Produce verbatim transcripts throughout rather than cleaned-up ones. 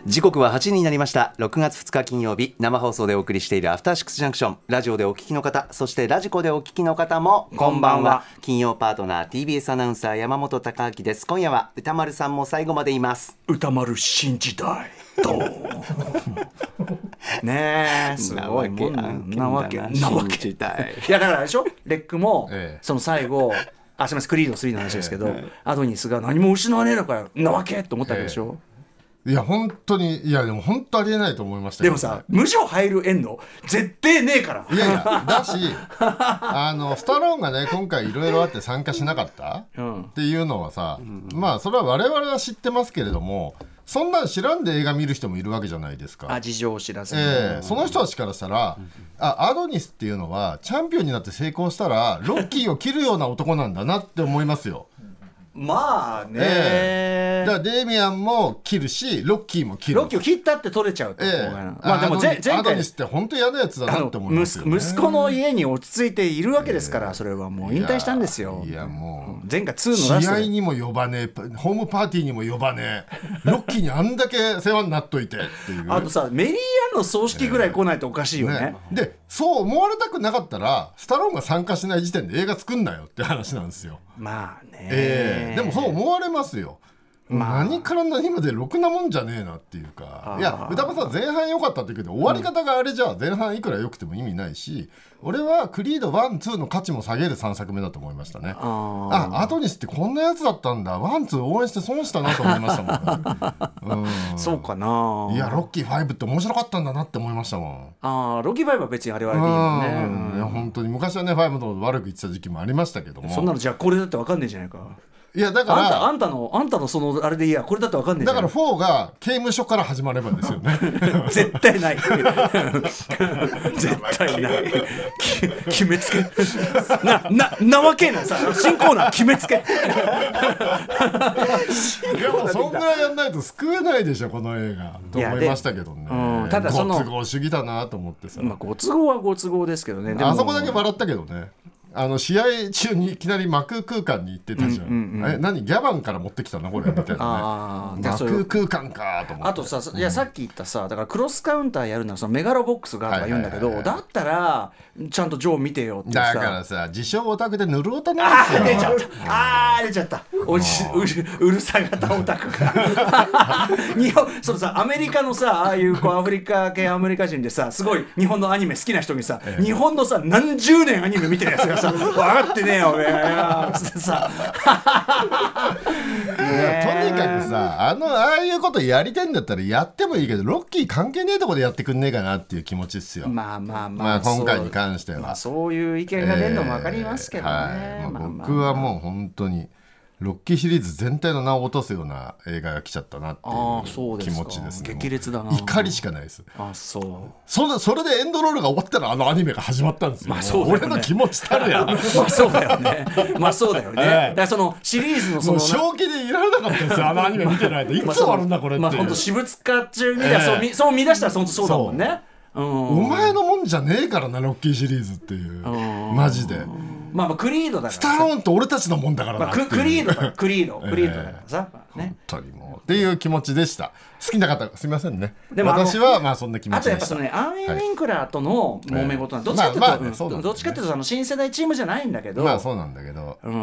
時刻ははちじになりました。ろくがつふつか金曜日、生放送でお送りしているアフターシックスジャンクション。ラジオでお聞きの方、そしてラジコでお聞きの方もこんばんは。金曜パートナー ティービーエス アナウンサー山本貴明です。今夜は歌丸さんも最後までいます。 歌丸新時代ドーンねえ、すごいもんなわけなわけ。いやだからあれでしょ、レックも、ええ、その最後あすみませんクリードスリーの話ですけど、ええ、アドニスが何も失わねえのかよなわけと思ったわけでしょ、ええ。 いや本当に、いやでも本当ありえないと思いましたけど、 でもさ、無償入るエンド絶対ねえから。 いやいやだしあのスタローンがね今回いろいろあって参加しなかった、うん、っていうのはさ、うん、まあそれは我々は知ってますけれども、そんなん知らんで映画見る人もいるわけじゃないですか。 あ、事情を知らずに、 えー、その人たちからしたら、あアドニスっていうのはチャンピオンになって成功したらロッキーを切るような男なんだなって思いますよ。 まあね、 えー、だからデイミアンも切るしロッキーも切る。 ロッキーを切ったって取れちゃうって、えー、まあでも前回アドニスって本当嫌なやつだなって思いますよね。 息子の家に落ち着いているわけですから、えー、それはもう引退したんですよ。 いや、いやもう前回ツーのラスト試合にも呼ばねえ、ホームパーティーにも呼ばねえ、ロッキーにあんだけ世話になっといてっていうあとさ、メリーアンの葬式ぐらい来ないとおかしいよね、 えー、ね。でそう思われたくなかったらスタローンが参加しない時点で映画作んなよって話なんですよ。 まあね、 えー、でもそう思われますよ。まあ、何から何までろくなもんじゃねえなっていうか。いや歌丸さん前半良かったって言うけど終わり方があれじゃあ前半いくら良くても意味ないし、俺はクリードワンツーの価値も下げるさんさくめだと思いましたね。ああアドニスってこんなやつだったんだ、ワンツー応援して損したなと思いましたもん、ね、うん、 そうかな。 いやロッキーファイブって面白かったんだなって思いましたもん。 あロッキーファイブは別にあれはあれでいいもんね、 うんうん、いや本当に昔はねファイブの悪く言ってた時期もありましたけども、 そんなのじゃあこれだって分かんねえじゃないか。 いやだからあんた、あんたのあんたのそのあれでいいや、これだって分かんねえじゃん。 だからフォーが刑務所から始まればですよね絶対ない絶対ない決めつけな、な、なわけないさ、新コーナー決めつけいやもうそんぐらいやんないと救えないでしょこの映画と思いましたけどね、うん、ただそのご都合主義だなと思ってさ、 まあ、ご都合はご都合ですけどね。でもあそこだけ笑ったけどね、あの試合中にいきなりマク空間に行ってたじゃん、うんうんうん、え何ギャバンから持ってきたのこれみたいな、ね、あマク空間かと思って。 あとさ、いやさっき言ったさ、だからクロスカウンターやるならそのメガロボックスがとか言うんだけど、はいはいはいはい、だったらちゃんとジョー見てよってさ。 だからさ自称オタクでぬるオタなんですよ。 あ出ちゃったあ出ちゃったおじうるうるさ型オタクが日本そのさアメリカのさああいうこうアフリカ系アメリカ人でさすごい日本のアニメ好きな人にさ、ええ、日本のさ何十年アニメ見てるやつがさ分かってねえよ俺つってさとにかくさあのああいうことやりてんだったらやってもいいけどロッキー関係ねえとこでやってくんねえかなっていう気持ちですよ。 まあまあまあ、 まあ、今回に関しては、 まあ、そういう意見が出るのも分かりますけどね、 えーはいまあ、僕はもう本当にロッキーシリーズ全体の名を落とすような映画が来ちゃったなっていう気持ちですね。 激烈だな。 怒りしかないです。 あそうそれ、それでエンドロールが終わったらあのアニメが始まったんですよ。 まあそうだよね、 俺の気持ちたるやまあそうだよねまあそうだよね、ええ、だからそのシリーズのその正気でいられなかったですよあのアニメ見てないといつ終わるんだこれって。 まあ本当私物化中に、ええ、そう見そう見出したら本当そうだもんね。うん、 お前のもんじゃねえからなロッキーシリーズっていうマジで。 まあ、まあクリードだからスタローンと俺たちのもんだからなっていう、 まあ、クリードだクリードクリードだからさ、えーね、 本当にもうっていう気持ちでした。好きな方すみませんね。でも私はまあそんな気持ちでした。 あとやっぱそのねアーメン・ウィンクラーとの揉め事はどっちかというと、まあまあねね、どっちかというとその新世代チームじゃないんだけど、 まあそうなんだけど、 うん、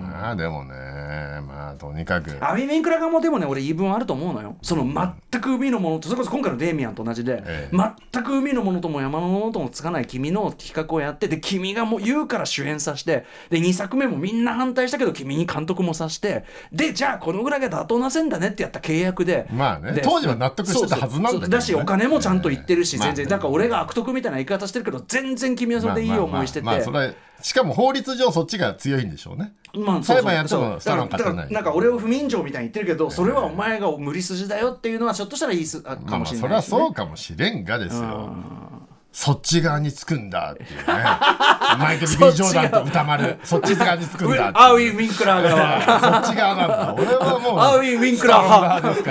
あでもねまあとにかくアーメン・ウィンクラー側もでもね俺言い分あると思うのよ。その全く海のものとそれこそ今回のデイミアンと同じで、ええ、全く海のものとも山のものともつかない君の企画をやってで君がもう言うから主演させてでにさくめもみんな反対したけど君に監督もさせてでじゃあこのぐらいが妥当な線だねってやった契約で、 まあね当時は納得してたはずなんだけど、ね、 だしお金もちゃんと言ってるし、えー、全然、まあね、なんか俺が悪徳みたいな言い方してるけど全然君はそれでいい思いしてて、 まあまあまあまあ、それしかも法律上そっちが強いんでしょうね。 まあ、 裁判やってもスタローン勝てない。 なんか俺を不眠状みたいに言ってるけどそれはお前が無理筋だよっていうのはちょっとしたらいいすかもしれない、ね、まあ、 それはそうかもしれんがですよ。そっち側につくんだっていうねマイケル・ビー・ジョーダンと歌丸そっち側につくんだってアウィン・ウィンクラー側そっち側なんだ。俺はもうアウィン・ウィンクラー側です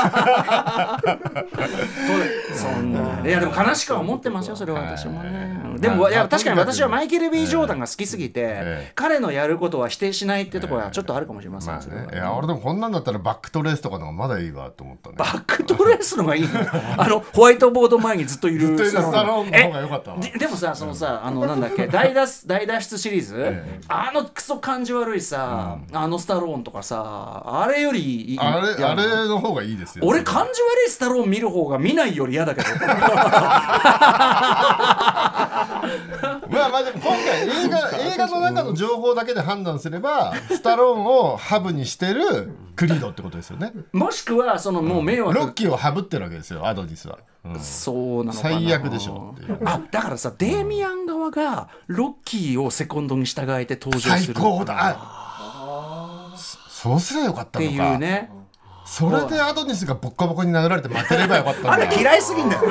からねそんな、いやでも悲しくは思ってますよそれは私もね。 ん、でも、 はいいや確かに私はマイケル・ B ・ジョーダンンが好きすぎて、 ええ彼のやることは否定しないってところはちょっとあるかもしれません、 まあそれはね、いや俺でもこんなんだったらバックトレースとかの方がまだいいわと思ったね。 バックトレースのがいいのあのホワイトボード前にずっといるずっといるスタローンの方が良かったわ。 で, でもさそのさ、あのなんだっけ大脱大脱出シリーズ、 ええあのクソ感じ悪いさ、あのスタローンとかさあれよりいいあれいやあれの方がいいですよ。 俺感じ悪いスタローン見る方が見ないより嫌だけどまあまあでも今回映画映画の中の情報だけで判断すればスタローンをハブにしてるクリードってことですよね。 もしくはそのもう迷惑、 ロッキーをハブってるわけですよアドニスは、うん、 そうなのかな最悪でしょっていう。 あだからさデーミアン側がロッキーをセコンドに従えて登場する最高だ。あそうすればよかったってのか。 いうね。 それでアドニスがボッコボコに殴られて負ければよかったんだ。 あんた嫌いすぎんだよ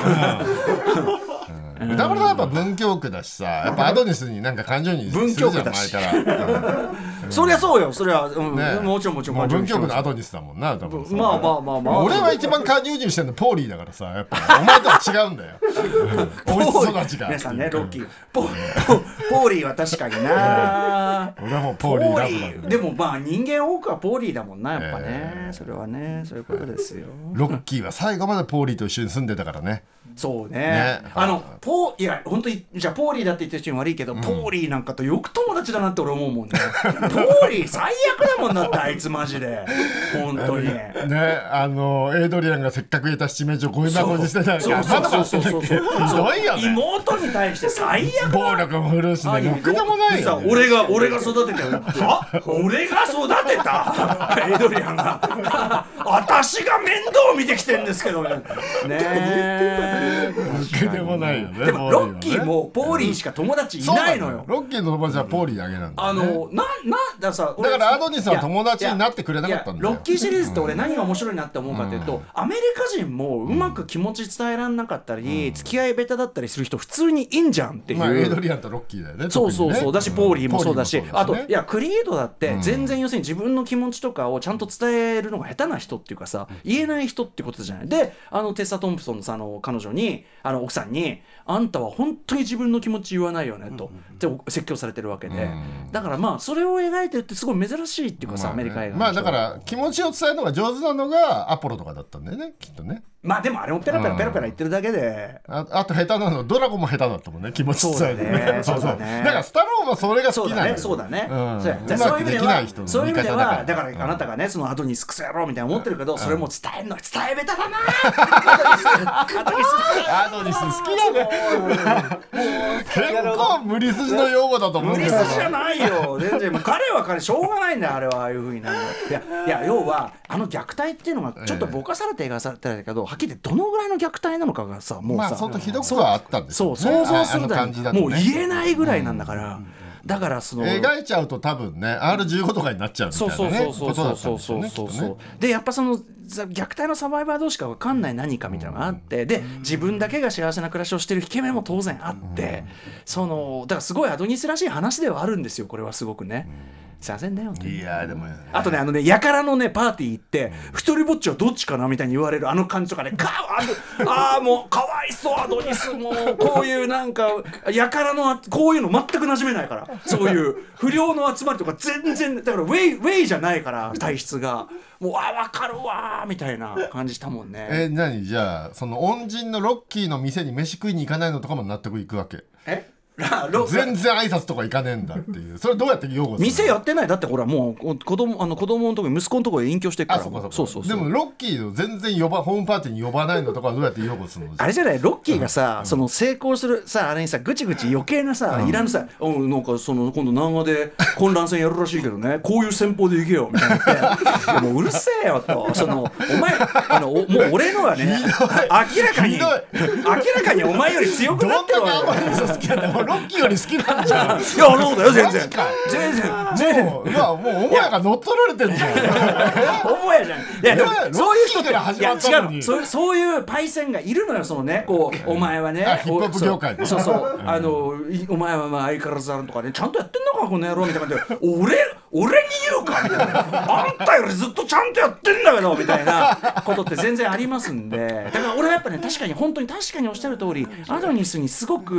歌丸さんやっぱ文京区だしさ、やっぱアドニスになんか感情にするじゃん文京区だし前から、うんそりゃそうよそりゃ、うんね、 もちろんもちろんもうもちろん文京区のアドニスだもんな多分さ。 まあまあまあまあ俺は一番加入人してるのポーリーだからさ、やっぱお前とは違うんだよおいし育ちが皆さんねロッキーポポポーリーは確かにな俺はもうポーリーラブだね。 でもまあ人間多くはポーリーだもんなやっぱね、 えーそれはねそういうことですよ。 ロッキーは最後までポーリーと一緒に住んでたからね。 そうねねあのポーいや本当にじゃあポーリーだって言ってる人に悪いけど、うん、ポーリーなんかとよく友達だなって俺思うもんねポーリー最悪だもんなってあいつマジで本当にねあのエイドリアンがせっかく得た七面鳥ゴミ箱にしてたらそうそうそうそうそうひどいよね。 妹に対して最悪暴力も振るうしね、ろくでもないよ、ね、 俺が俺が育てたよは俺が育てたエイドリアンが私が面倒見てきてんですけどねえろくでもないよね。 でもロッキーもポーリーしか友達いないのよ。 ロッキーの友達はポーリーだけなんだ、ね、 あのななださだからアドニスは友達になってくれなかったんだよ。 ロッキーシリーズって俺何が面白いなって思うかというと、うん、アメリカ人もうまく気持ち伝えられなかったり、うん、付き合い下手だったりする人普通にいいんじゃんっていう、 まあ、エイドリアンとロッキーだよね。 そうそうそう、ね、だしポーリーもそうだし、 うん、 あといやクリエイトだって全然要するに自分の気持ちとかをちゃんと伝えるのが下手な人っていうかさ、言えない人ってことじゃない。であのテッサ・トンプソンのさあの彼女にあの奥さんにあんたは本当に自分の気持ち言わないよねと、うん、って説教されてるわけで、うん、だからまあそれを描いてるってすごい珍しいっていうかさ、まあね、アメリカ映画まあだから気持ちを伝えるのが上手なのがアポロとかだったんだよねきっとね。 まあでもあれもペラペラペラペラ言ってるだけで、 うん、あ, あと下手なのドラゴンも下手だったもんね気持ち伝えるね。 そうだね。 だからスタローンはそれが好きなんだよ。 そうだね。 うん、 そうだね。 うまくできない人のそういう意味ではだからあなたがね、 うん、 そのアドニスクソ野郎みたいな思ってるけど、うん、それも伝えるの伝え下手だな。 アドニスアドニス好きだね。結構無理筋の用語だと思うけど。無理筋じゃないよ。全然彼は彼しょうがないんだよあれはああいう風になる。いやいや要はあの虐待っていうのがちょっとぼかされて描かされてるけど、はっきり言ってどのぐらいの虐待なのかがさもうさ、 まあ相当ひどくはあったんですよね。 そう想像するだけど、 ね、もう言えないぐらいなんだから。うんだからその描いちゃうと多分ね アールじゅうご とかになっちゃうみたいなねことだったんですよねきっとね。 でやっぱその虐待のサバイバー同士か分かんない何かみたいなのがあって、で自分だけが幸せな暮らしをしてる引け目も当然あって、そのだからすごいアドニスらしい話ではあるんですよこれはすごくね。すいませんね。 いやでもあとねあのねやからのねパーティー行って一人ぼっちはどっちかなみたいに言われるあの感じとかねかああもうかわいそうアドニスもうこういうなんかやからのこういうの全く馴染めないからそういう不良の集まりとか全然だからウェイウェイじゃないから体質がもうあ分かるわみたいな感じしたもんね。 え何じゃあその恩人のロッキーの店に飯食いに行かないのとかも納得いくわけ。 え全然挨拶とか行かねえんだっていうそれどうやって擁護するの。 店やってないだってほらもう子供あの子供のとこに息子のところに隠居してるから。 そうそうそうそうそうでもロッキーを全然呼ばホームパーティーに呼ばないのとかはどうやって擁護するの。 あれじゃないロッキーがさ、うん、その成功するさあれにさぐちぐち余計なさ、うん、いらぬさ、うん、なんかその今度南波で混乱戦やるらしいけどねこういう戦法で行けよみたいな言ってもううるせえよとそのお前あのもう俺のはね明らかに明らかにお前より強くなってるわどんだけアドニス好きなんだよロッキーより好きなんじゃん。いやそうだよ全然全然全然もうまあもうお前が乗っ取られてんじゃん。 お前じゃん。いやでもそういう人って始まったのにいや違うそうそういうパイセンがいるのよそのねこうお前はねヒップホップ業界でそうそうあのお前はまあ相変わらずあるとかねちゃんとやってんのかこの野郎みたいな感じで俺俺に言うかみたいなあんたよりずっとちゃんとやってんだけどみたいなことって全然ありますんでだから俺はやっぱね確かに本当に確かにおっしゃる通りアドニスにすごく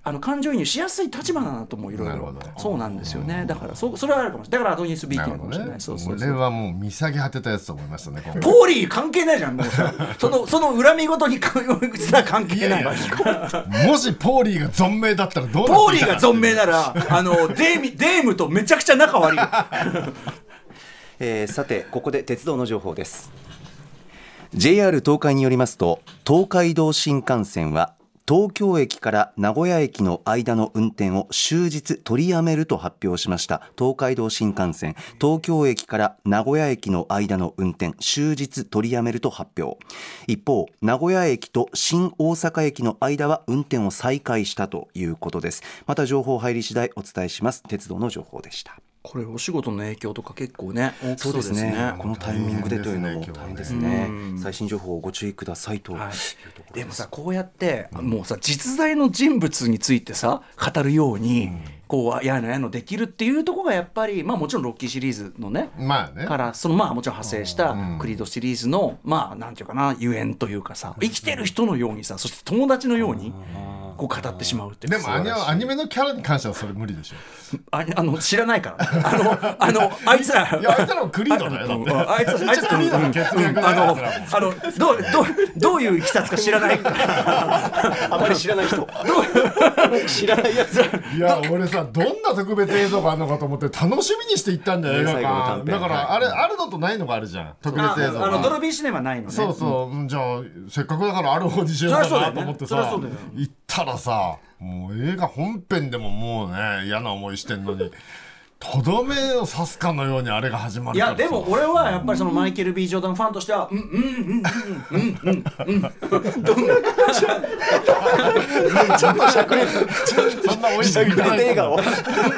あの感情移入しやすい立場だなと思う、いろいろ。そうなんですよね。だからそそれはあるかもしれない。だからアドニス・ビーキングかもしれない。そうそうそう。 俺はもう見下げ果てたやつと思いましたね。 ポーリー関係ないじゃん。もうそのその恨みごとにさ関係ない。いやいやもしポーリーが存命だったらどうなってたか。 ポーリーが存命ならあのデーミデームとめちゃくちゃ仲悪い。 えー、さてここで鉄道の情報です。 ジェイアール 東海によりますと、東海道新幹線は東京駅から名古屋駅の間の運転を終日取りやめると発表しました。東海道新幹線東京駅から名古屋駅の間の運転終日取りやめると発表。一方、名古屋駅と新大阪駅の間は運転を再開したということです。また情報入り次第お伝えします。鉄道の情報でした。 これお仕事の影響とか結構ね大きそうですね。 そうですね、このタイミングでというのも大変ですね。最新情報をご注意くださいというところです。 はい、でもさこうやって、うん、もうさ実在の人物についてさ語るように、うん、こうやのやのできるっていうところがやっぱり、まあ、もちろんロッキーシリーズのね、 まあねからそのまあもちろん派生したクリードシリーズの、まあなんていうかなゆえんというかさ、生きてる人のようにさ、そして友達のようにこう語ってしまうっていう。 でもアニアニメのキャラに関してはそれ無理でしょ。 ああの知らないからあのあのあいつらいやあいつらもクリードだよ。だってあいつあいつらクリードの血脈だよ。あのどうどうどういういきさつか知らないあまり知らない人知らないやつ。 いや俺さどんな特別映像があるのかと思って楽しみにして行ったんだよ映画館。だからあれあるのとないのがあるじゃん、特別映像が。 あのドルビーシネマないのね。 そうそう、うん、じゃあせっかくだからある方にしようかなと思ってさ、行ったらさもう映画本編でももうね嫌な思いしてんのにとどめを刺すかのようにあれが始まるからさ。 いやでも俺はやっぱりそのマイケル・ B ・ジョーダンファンとしてはうんうんうんうんうんうんうんどんな感じちょっとしゃくれてそんなおいしい映画を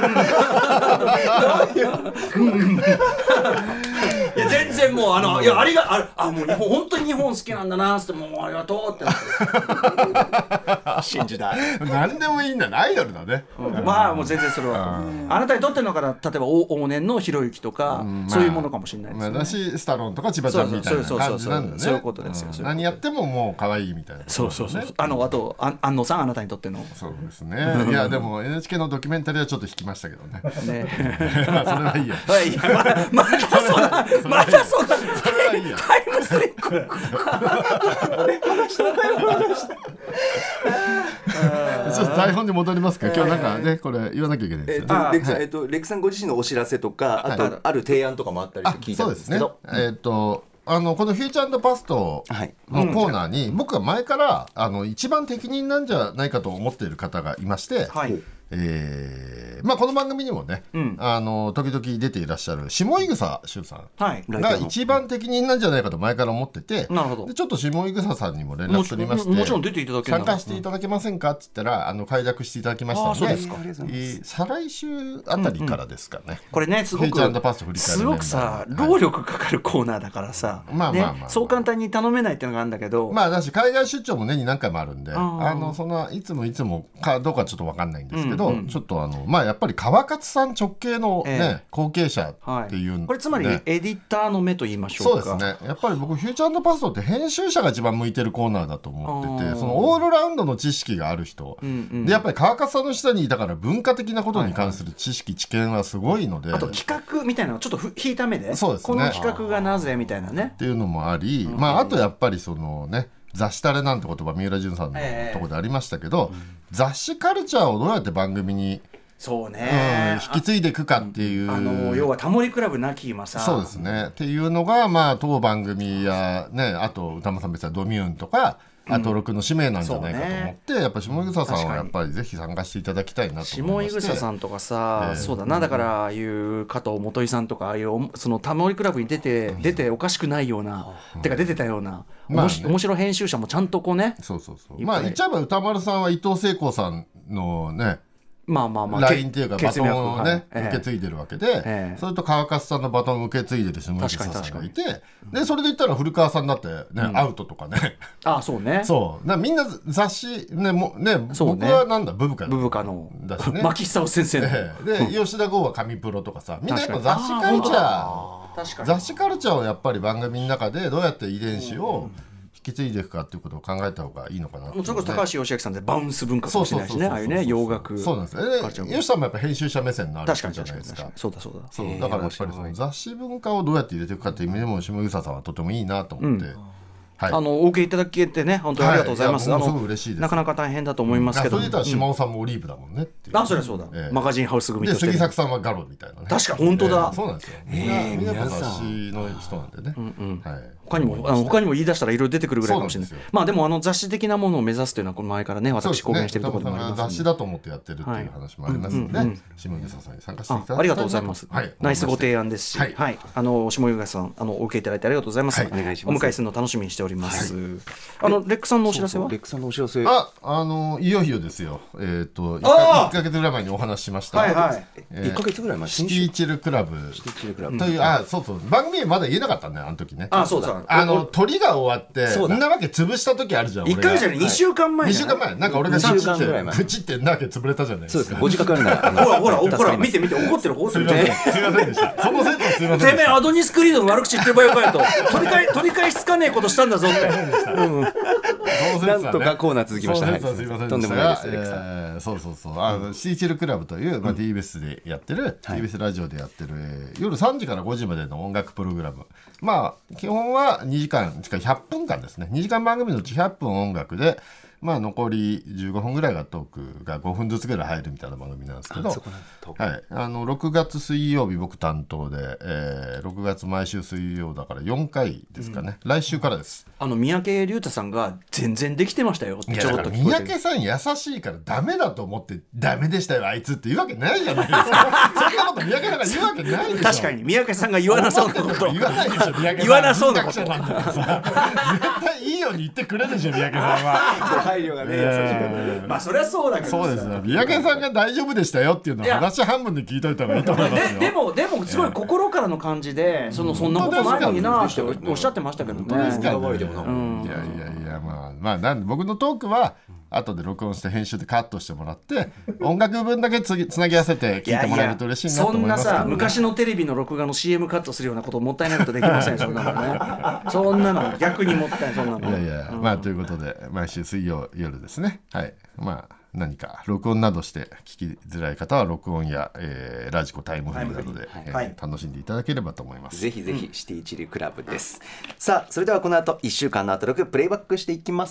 いや全然もうあのいやありがああもう日本本当に日本好きなんだなってもうありがとうって信じたい。 何でもいいんだね、アイドルだね。 まあもう全然それはあなたにとってのから例えば往年のひろゆきとかそういうものかもしれないですね。 だしスタローンとか千葉ちゃんみたいな感じなんだね。 そういうことですよ。 何やってももう可愛いみたいな。 そうそうそう。あのあと安野さんあなたにとっての。 そうですね。いやでも エヌエイチケー のドキュメンタリーはちょっと引きましたけどね。ね。まあそれはいいや。 はいやまだそんなまだそんなそれはいいや。 タイムスリップ。 ちょっと台本に戻りますか。今日なんかねこれ言わなきゃいけないですよね。 レクさん、えっとレクさんご自身のお知らせとか、あとある提案とかもあったりと聞いたんですけど。 えっとあのこのフューチャー&パストのコーナーに僕は前からあの一番適任なんじゃないかと思っている方がいまして。はい。えーまあ、この番組にもね、うん、あの時々出ていらっしゃる下井草修さんが一番適任なんじゃないかと前から思ってて、 なるほど。 でちょっと下井草さんにも連絡取りまして、 もちろん出ていただける参加していただけませんかって言ったらあの快諾していただきましたので、えー、再来週あたりからですかね、うんうん、 これねすごくすごくさ労力かかるコーナーだからさ、まあまあまあ、まあね、そう簡単に頼めないっていうのがあるんだけど、 まあだし海外出張も年に何回もあるんで、あのそんないつもいつもかどうかちょっと分かんないんですけど、うんうん、ちょっとあのまあやっぱり川勝さん直系の、ねえー、後継者っていう、ね、 これつまりエディターの目と言いましょうか。 そうですね。やっぱり僕フューチャー&パストって編集者が一番向いてるコーナーだと思ってて、そのオールラウンドの知識がある人、うんうん、でやっぱり川勝さんの下にいたから文化的なことに関する知識、はいはい、知見はすごいので、 あと企画みたいなのちょっと引いた目で、 そうですね、 この企画がなぜみたいなねっていうのもあり、うん、まああとやっぱりそのね雑誌タレなんて言葉三浦淳さんのところでありましたけど、えーうん、雑誌カルチャーをどうやって番組にそうね、 うん、引き継いでいくかっていう、 あの要はタモリクラブなき今さそうですねっていうのがまあ当番組やね、あと歌間さん別はドミューンとかあとろくの使命なんじゃないかと思って、うんね、やっぱ下井草さんはやっぱりぜひ参加していただきたいなと思いまして、 下井草さんとかさ、えー、そうだな、だからああいう加藤元井さんとかああいうそのタモリクラブに出て出ておかしくないような、うん、てか出てたような、まあね、面白編集者もちゃんとこうね、 そうそうそう、まあ言っちゃえば歌丸さんは伊藤聖子さんのねまあまあまあ、 ラインっていうかバトンをね、はいええ、 受け継いでるわけで、ええ、それと川勝さんのバトンを受け継いでる下井草さんがいて、でそれで言ったら古川さんだってね、うん、アウトとかねあそうねそうなみんな雑誌ねもね、ね、僕はなんだブブカブブカのだしね牧久先生の、 ええ、で吉田剛は神プロとかさ、みんなやっぱ雑誌カルチャー雑誌カルチャーをやっぱり番組の中でどうやって遺伝子を引き継いでいくかっていうことを考えた方がいいのかな。 もうそれこそ高橋義明さんでバウンス文化かもしれないしね、ああいうね洋楽。 そうなんですよね。吉さんもやっぱ編集者目線のある人じゃないですか。 確かに確かにそうだそうだ。 そうだからやっぱりその雑誌文化をどうやって入れていくかっていう意味でも下草さんはとてもいいなと思って、うんはい、 あのお受けいただけてね本当にありがとうございます。 はい、いやものすごく嬉しいです。 なかなか大変だと思いますけど、 うん、それで言ったら島尾さんもオリーブだもんねっていう、 あそれはそうだ、えー、マガジンハウス組としてで杉作さんはガロみたいなね。 確か本当だ、 えー、そうなんですよ。みんな、えー、みんな雑誌の人なんでね、うんうんはい、 他にもあの他にも言い出したらいろいろ出てくるぐらいかもしれない。まあでもあの雑誌的なものを目指すというのはこの前からね私公言しているところでもあります、ね、 雑誌だと思ってやってるっていう話もありますので、はいうんうんうん、下草さんに参加していただきたいなと。 あ, ありがとうございます、はい、ナイスご提案ですし、はいはい、あの下草さんあのお受けいただいてありがとうございます、はい、お願いします。お迎えするの楽しみにしております、はい、あのレックさんのお知らせは？ レックさんのお知らせ、 あ、あのいよいよですよ。えっ、ー、といっかげつぐらい前にお話ししました。 はいはい。 えー、 いっかげつぐらい前。 シティチルクラブ。 シティチルクラブ。 という、あ、そうそう。番組まだ言えなかったんだよあの時ね。 あ、そうだ。 あの鳥が終わって、みんなわけ潰した時あるじゃん。 いっかげつじゃない。にしゅうかんまえ。 にしゅうかんまえ。なんか俺がプチってプチってなわけ潰れたじゃないですか。 そうです。ご自覚あるなら。 ほらほらほら見て見て怒ってる方するね。 すみませんでした。そのせいですみません。 てめえアドニスクリードの悪口言ってる場合よかよと。取り返取り返しつかねえことしたんだぞって。 なんとかコーナー続きました。 すみませんでしたが、えー、そうそうそう、あの、うん、シーチルクラブという、まあ、ティービーエス でやってる、うん、ティービーエス ラジオでやってる、えー、夜さんじからごじまでの音楽プログラム。まあ基本はにじかんひゃっぷんかんですね。にじかん番組のうちひゃっぷん音楽で、まあ残りじゅうごふんぐらいがトークがごふんずつぐらい入るみたいな番組なんですけど、はい、あのろくがつ水曜日僕担当で、えー、ろくがつ毎週水曜だからよんかいですかね、うん、来週からです。 あの三宅龍太さんが全然できてましたよってちょっと三宅さん優しいからダメだと思ってダメでしたよあいつって言うわけないじゃないですか。そんなこと三宅さんが言うわけないでしょ。 確かに三宅さんが言わなそうなこと言わないでしょ。三宅さん言わなそうなこと絶対いいように言ってくれるでしょ三宅さんは。 配慮がね、 えー、まあそれはそうだけどそうですよ。三宅さんが大丈夫でしたよっていうのは話半分で聞いといた方がいいと思いますよ。 で, でもでもすごい心からの感じで、えー、そのそんなことないのになっておっしゃってましたけどね。 本当ですか、ね、うん、いやいやいやまあまあなんで僕のトークは後で録音して編集でカットしてもらって音楽分だけつ, つなぎ合わせて聞いてもらえると嬉しいなと思いますけど、ね、 そんなさ昔のテレビの録画の シーエム カットするようなこともったいないことできませんそんなのね。そんなの逆にもったいないそんなの。 いやいや、うん、まあということで毎週水曜夜ですね。はい、まあ何か録音などして聞きづらい方は録音や、えー、ラジコタイムフリーなどで、はいえー、楽しんでいただければと思います。 ぜひぜひシティチルクラブです、うん、さあそれではこの後いっしゅうかんのアトロクプレイバックしていきます。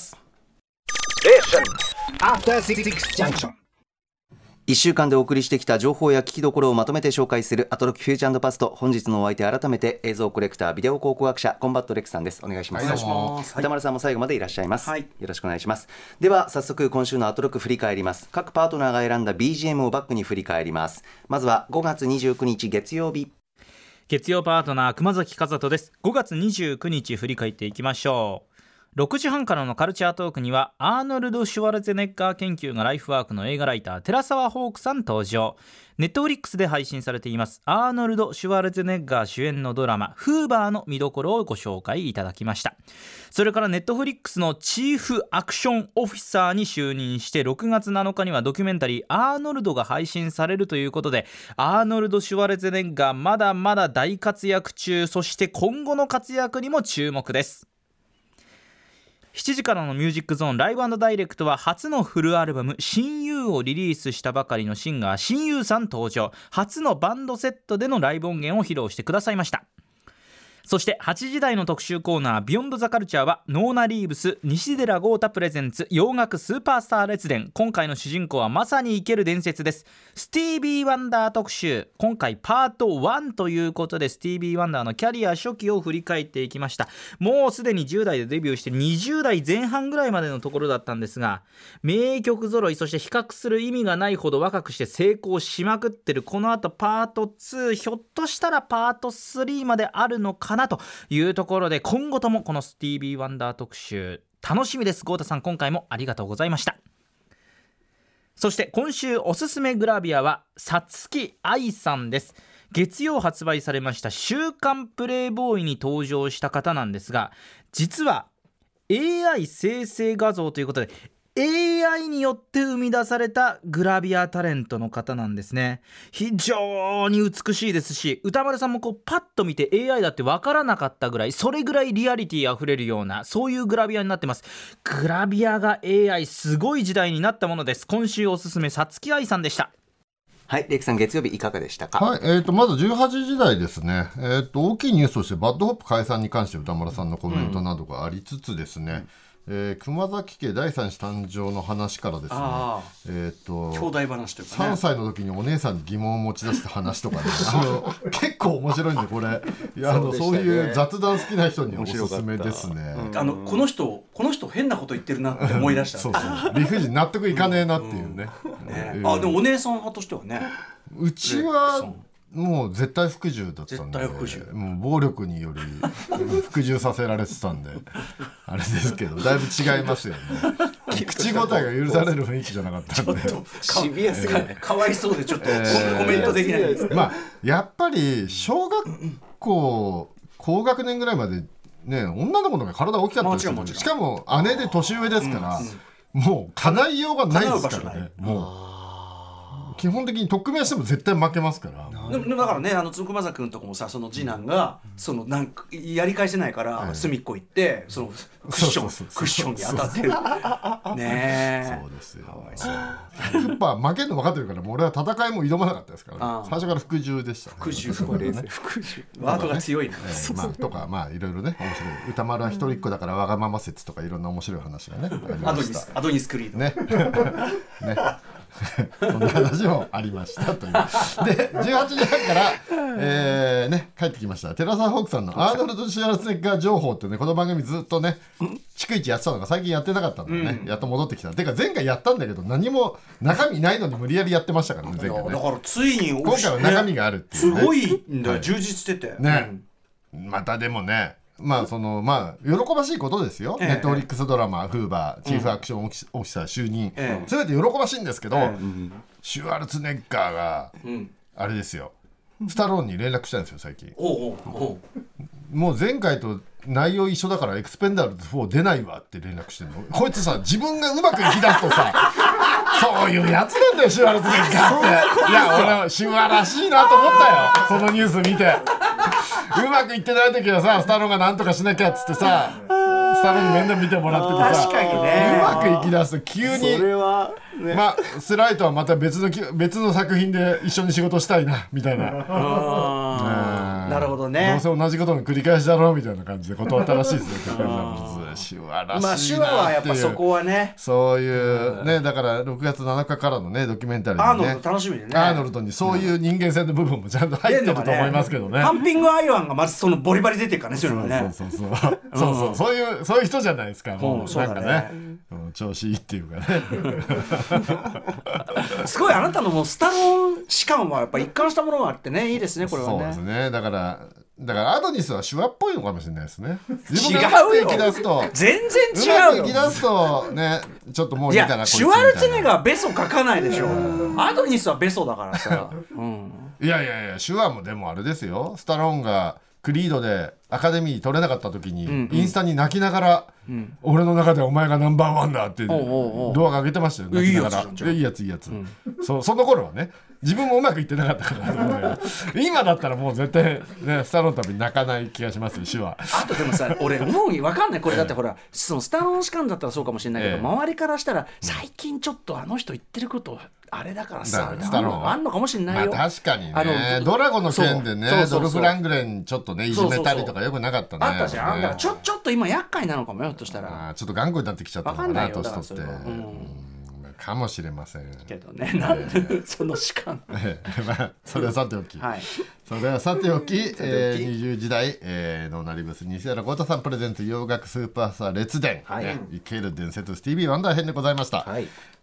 いっしゅうかんでお送りしてきた情報や聞きどころをまとめて紹介するアトロクフューチャーパスト。本日のお相手改めて映像コレクタービデオ考古学者コンバットレックさんです。お願いします。 お願いします。 歌丸さんも最後までいらっしゃいます、 はい、 よろしくお願いします。では早速今週のアトロク振り返ります。各パートナーが選んだ ビージーエム をバックに振り返ります。まずはごがつにじゅうくにち月曜日。 月曜パートナー熊崎和人です。ごがつにじゅうくにち振り返っていきましょう。ろくじはんからのカルチャートークにはアーノルド・シュワルツェネッガー研究がライフワークの映画ライター寺澤ホークさん登場。ネットフリックスで配信されていますアーノルド・シュワルツェネッガー主演のドラマフーバーの見どころをご紹介いただきました。それからネットフリックスのチーフアクションオフィサーに就任してろくがつなのかにはドキュメンタリーアーノルドが配信されるということで、アーノルド・シュワルツェネッガーまだまだ大活躍中、そして今後の活躍にも注目です。しちじからのミュージックゾーンライブ&ダイレクトは初のフルアルバム親友をリリースしたばかりのシンガー親友さん登場。初のバンドセットでのライブ音源を披露してくださいました。そしてはちじ台の特集コーナービヨンドザカルチャーはノーナ・リーブス西寺豪太プレゼンツ洋楽スーパースター列伝。今回の主人公はまさに生ける伝説です。スティービー・ワンダー特集。今回パートワンということでスティービー・ワンダーのキャリア初期を振り返っていきました。もうすでにじゅう代でデビューしてにじゅう代前半ぐらいまでのところだったんですが、名曲揃い、そして比較する意味がないほど若くして成功しまくってる。この後パートツー、ひょっとしたらパートスリーまであるのかなというところで、今後ともこのスティービー・ワンダー特集楽しみです。豪太さん今回もありがとうございました。そして今週おすすめグラビアはさつき愛さんです。月曜発売されました週刊プレイボーイに登場した方なんですが、実は エーアイ 生成画像ということでエーアイ によって生み出されたグラビアタレントの方なんですね。非常に美しいですし、歌丸さんもこうパッと見て エーアイ だって分からなかったぐらい、それぐらいリアリティあふれるような、そういうグラビアになってます。グラビアが エーアイ、すごい時代になったものです。今週おすすめ、さつきあいさんでした。 はい、レイクさん月曜日いかがでしたか。 はい、えー、とまずじゅうはちじ台ですね、えー、と大きいニュースとしてバッドホップ解散に関して歌丸さんのコメントなどがありつつですね、うんえー、熊崎家だいさん子誕生の話からですね、えー、と兄弟話というか、ね、 さんさいの時にお姉さんに疑問を持ち出した話とかねあの結構面白いんで、これいやあの そう,、ね、そういう雑談好きな人にはおすすめですね。 うん、あのこの人この人変なこと言ってるなって思い出したそうそう理不尽、納得いかねえなっていうね、 うんねえー、あでもお姉さん派としてはね、 うちはもう絶対服従だったんで、 絶対服従、 もう暴力により服従させられてたんであれですけど、だいぶ違いますよね口答えが許される雰囲気じゃなかったんで、ちょっとシビアすぎるね、 かわいそうでちょっとコメントできないですけど、 まあやっぱり小学校高学年ぐらいまでね、女の子の方が体大きかったですよね。しかも姉で年上ですから、うんうん、もう叶いようがないですからね。もう基本的に取っ組み合いしても絶対負けますから。 だからね、あのつんくまざくんとかもさ、その次男が、うん、そのなんかやり返せないから、はい、隅っこ行ってそのクッションクッションに当たってるねえ。そうですよ。かわいそう。 やっぱ負けるの分かってるから、もう俺は戦いも挑まなかったですから、ね、最初から服従でした、ね。 服従服従服従ワードが強いね。 えー、まあとかまあいろいろね面白い。歌丸は一人っ子だからわがまま説とかいろんな面白い話がね。 アドニスアドニスクリードね。ね。そんな話もありましたというでじゅうはちじはんから、えーね、帰ってきました寺澤ホークさんのアーノルド・シュワルツェネッガー情報ってね、この番組ずっとね逐一やってたのが最近やってなかったんでね、うん、やっと戻ってきた。てか前回やったんだけど何も中身ないのに無理やりやってましたからね、前回ね。 だからついに今回は中身があるっていう、ね、 すごいんだよ、はい、充実しててね、うん、またでもね、まあそのまあ喜ばしいことですよ。ネットフリックスドラマフーバーチーフアクションオフィサー就任、ええ、全て喜ばしいんですけど、ええ、シュワルツェネッガーが、うん、あれですよ、スタローンに連絡したんですよ最近。おうおうおう、もう前回と内容一緒だからエクスペンダブルズフォー出ないわって連絡してるの。こいつさ、自分がうまくいきだすとさそういうやつなんだよシュワルツェネッガーって。いや俺シュワらしいなと思ったよ、そのニュース見て。うまくいってない時はさ、スタローンがなんとかしなきゃっつってさ、スタローンに面倒見てもらっててさ、 確かにね、 うまくいきだすと急にそれは、ね、まあスライとはまた別の別の作品で一緒に仕事したいなみたいな。 あなるほどね。 どうせ同じことの繰り返しだろうみたいな感じで断ったらしいですね。手話らしいなっていう。まあ手話はやっぱそこはね、 そういうね、だからろくがつなのかからのねドキュメンタリーにね、 アーノルド楽しみでね、 アーノルドにそういう人間性の部分もちゃんと入ってると思いますけどね。 パンピングアイアンがまずそのボリバリ出てるからね、そういうのね。 そうそうそうそうそうそう、そういうそういう人じゃないですか。もうなんかね、調子いいっていうかね。 すごい、あなたのもうスタローン士官はやっぱ一貫したものがあってね、いいですねこれはね。 そうですね。だからだからアドニスは手話っぽいのかもしれないですね。 自分がうまくいき出すと全然違うよ。 うまくいき出すとね、ちょっともういいかな。いやシュワルツェネッガーはベソ書かないでしょ。アドニスはベソだからさ、うん、 いやいやいや、手話もでもあれですよ。スタローンがクリードでアカデミー取れなかった時に、うんうん、インスタに泣きながら、うん、俺の中でお前がナンバーワンだって動画上げてましたよ。泣きながら、いいやついいやつ、うん、そ, その頃はね、自分もうまくいってなかったから今だったらもう絶対、ね、スタローンのために泣かない気がしますよ、手話。 あとでもさ、俺思うに分かんない、これだってほら、そのスタローン士官だったらそうかもしれないけど、ええ、周りからしたら最近ちょっとあの人言ってることあれだからさ、スタローンあんのかもしれないよ。 まあ、確かにね、ドラゴンの件でね、ドルフ・ラングレンちょっとねいじめたりとかよくなかったね。 あったじゃん。だからちょちょっと今厄介なのかもよ、ひょっとしたら。 あ、ちょっと頑固になってきちゃったのかな、年取って。かもしれませんけどね、なんでその士官、 ええ、まあ、それはさておき、はい、それはさておき、えー、にじゅうじ台、えー、ノーナリブス西原豪太さんプレゼント洋楽スーパースター列伝、はい、ね、生ける伝説スティービー・ワンダー編でございました、はい、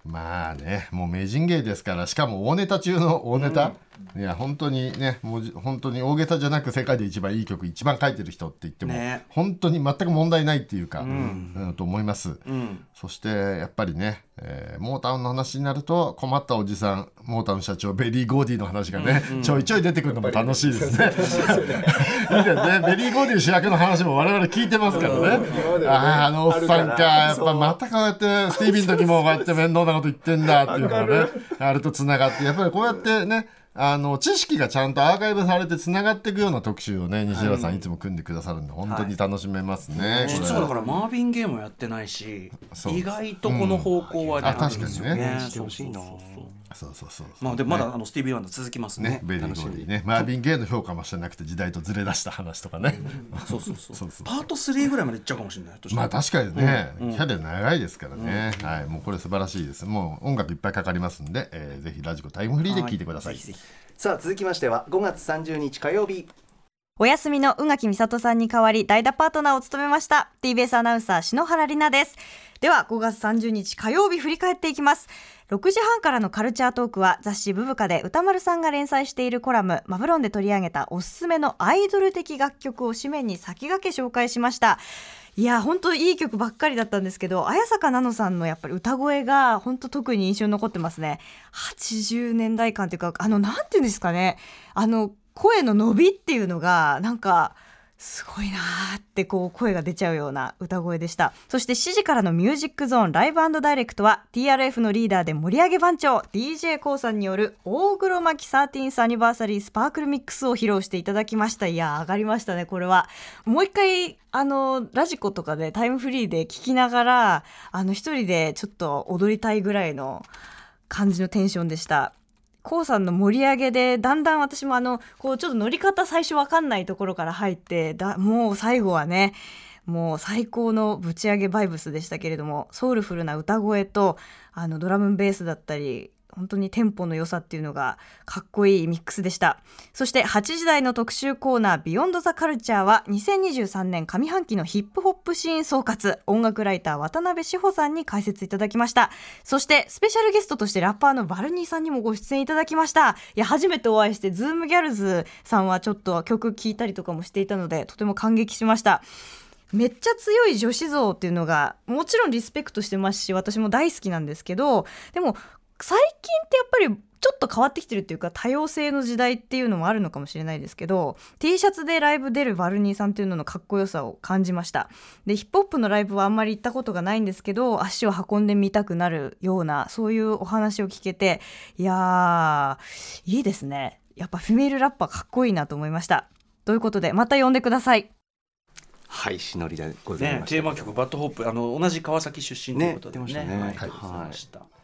まあね、もう名人芸ですから、しかも大ネタ中の大ネタ、うん、いや本当にね、もう本当に大げさじゃなく世界で一番いい曲一番書いてる人って言っても、ね、本当に全く問題ないっていうか、うんうん、と思います、うん、そしてやっぱりね、えー、モータウンの話になると困ったおじさんモータウン社長ベリー・ゴーディの話がね、うんうん、ちょいちょい出てくるのも楽しいですね。いいですね。ベリー・ゴーディ主役の話も我々聞いてますからね。ああ、あのおっさんか、やっぱまたこうやってスティービーの時もこうやって面倒なこと言ってんだっていうのがねあれとつながって、やっぱりこうやってね、あの知識がちゃんとアーカイブされてつながっていくような特集をね、西浦さんいつも組んでくださるんで本当に楽しめますね、はい、 実はだからマーヴィン・ゲイもやってないし、意外とこの方向はね、 うん、あ確かにね、 してほしいな。 そうそうそう、 まあでもまだあのスティービー・ワンダー続きますね。 ね、ベリー・ゴーディね、マーヴィン・ゲイの評価もしてなくて時代とずれ出した話とかね。 そうそうそう。そうそうパートスリーぐらいまでいっちゃうかもしれない。 まあ確かにね、キャリア長いですからね、うん、はい、もうこれ素晴らしいです。もう音楽いっぱいかかりますんで、えー、ぜひラジコタイムフリーで聴いてください。ぜひぜひ。 さあ続きましてはごがつさんじゅうにち火曜日、 お休みの宇垣美里さんに代わり代打パートナーを務めました ティービーエス アナウンサー篠原里奈です。ではごがつさんじゅうにち火曜日振り返っていきます。ろくじはんからのカルチャートークは雑誌ブブカで歌丸さんが連載しているコラムマブロンで取り上げたおすすめのアイドル的楽曲を紙面に先駆け紹介しました。いや本当いい曲ばっかりだったんですけど、綾坂奈乃さんのやっぱり歌声が本当特に印象に残ってますね。はちじゅうねんだい感というか、あのなんていうんですかね、あの声の伸びっていうのがなんかすごいなーってこう声が出ちゃうような歌声でした。そしてしちじからのミュージックゾーンライブ&ダイレクトは ティーアールエフ のリーダーで盛り上げ番長 ディージェー コウさんによる大黒摩季 サーティーンス アニバーサリースパークルミックスを披露していただきました。いや上がりましたね。これはもう一回あのラジコとかでタイムフリーで聞きながらあの一人でちょっと踊りたいぐらいの感じのテンションでした。コウさんの盛り上げでだんだん私もあのこうちょっと乗り方最初わかんないところから入ってだもう最後はねもう最高のぶち上げバイブスでしたけれども、ソウルフルな歌声とあのドラムベースだったり本当にテンポの良さっていうのがかっこいいミックスでした。そしてはちじ台の特集コーナービヨンドザカルチャーはにせんにじゅうさんねん上半期のヒップホップシーン総括、音楽ライター渡辺志保さんに解説いただきました。そしてスペシャルゲストとしてラッパーのバルニーさんにもご出演いただきました。いや初めてお会いしてズームギャルズさんはちょっと曲聴いたりとかもしていたのでとても感激しました。めっちゃ強い女子像っていうのがもちろんリスペクトしてますし私も大好きなんですけど、でも最近ってやっぱりちょっと変わってきてるっていうか多様性の時代っていうのもあるのかもしれないですけど、 T シャツでライブ出るバルニーさんっていうののかっこよさを感じました。でヒップホップのライブはあんまり行ったことがないんですけど足を運んでみたくなるようなそういうお話を聞けて、いやーいいですね。やっぱフィメールラッパーかっこいいなと思いました。ということでまた呼んでください。 はい、しのりでございました、 ね、テーマ曲バッドホップあの同じ川崎出身ということでね、 ね、ね、 はい、 はい、 はい、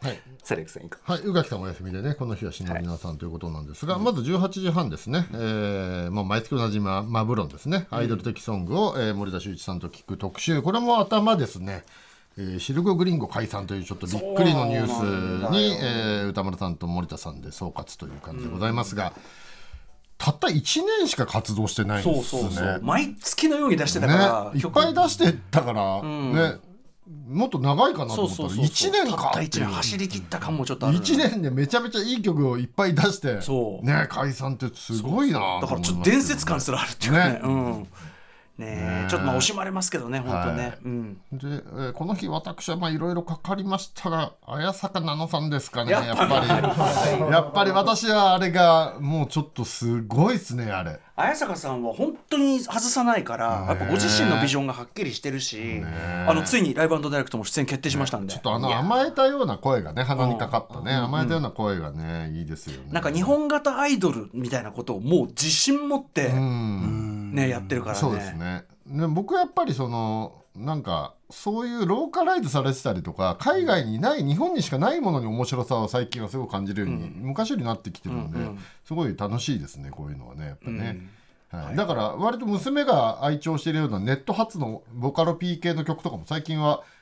はい、 サレクさんいかはい、宇垣さんお休みでね、この日はしのりなさんということなんですが、はい、まずじゅうはちじはんですね、えー、もう毎月おなじみはマブロンですね、アイドル的ソングを、えー、森田修一さんと聞く特集、これも頭ですね、えー、シルクグリンゴ解散というちょっとびっくりのニュースに、えー、歌丸さんと森田さんで総括という感じでございますが、うん、たったいちねんしか活動してないんですね。 そうそうそう、毎月のように出してたから、 ね、いっぱい出してたから、うん、ね、もっと長いかなと思ったらいちねんかたったいちねん走り切った感もちょっとある、ね、 いちねんでめちゃめちゃいい曲をいっぱい出してね、解散ってすごいな。 だからちょっと伝説感すらあるっていうかね、ね、うんねね、ちょっとまあ惜しまれますけどね、本当ね、はい、うん、 で、えー、この日私はまあいろいろかかりましたが、綾坂奈乃さんですかね、やっぱりやっぱり私はあれがもうちょっとすごいですね。あれ綾坂さんは本当に外さないから、やっぱご自身のビジョンがはっきりしてるし、あのついにライブ&ダイレクトも出演決定しましたんで、 ちょっとあの甘えたような声がね、鼻にかかったね、甘えたような声がね、いいですよね。 なんか日本型アイドルみたいなことをもう自信持ってねやってるからね。 そうですね。で僕はやっぱりそのなんかそういうローカライズされてたりとか海外にない日本にしかないものに面白さを最近はすごく感じるように、うん、昔よりなってきてるので、うんうん、すごい楽しいですね、こういうのはね、やっぱね、うん、はいはい、だから割と娘が愛聴しているようなネット発のボカロ ピーケー の曲とかも最近は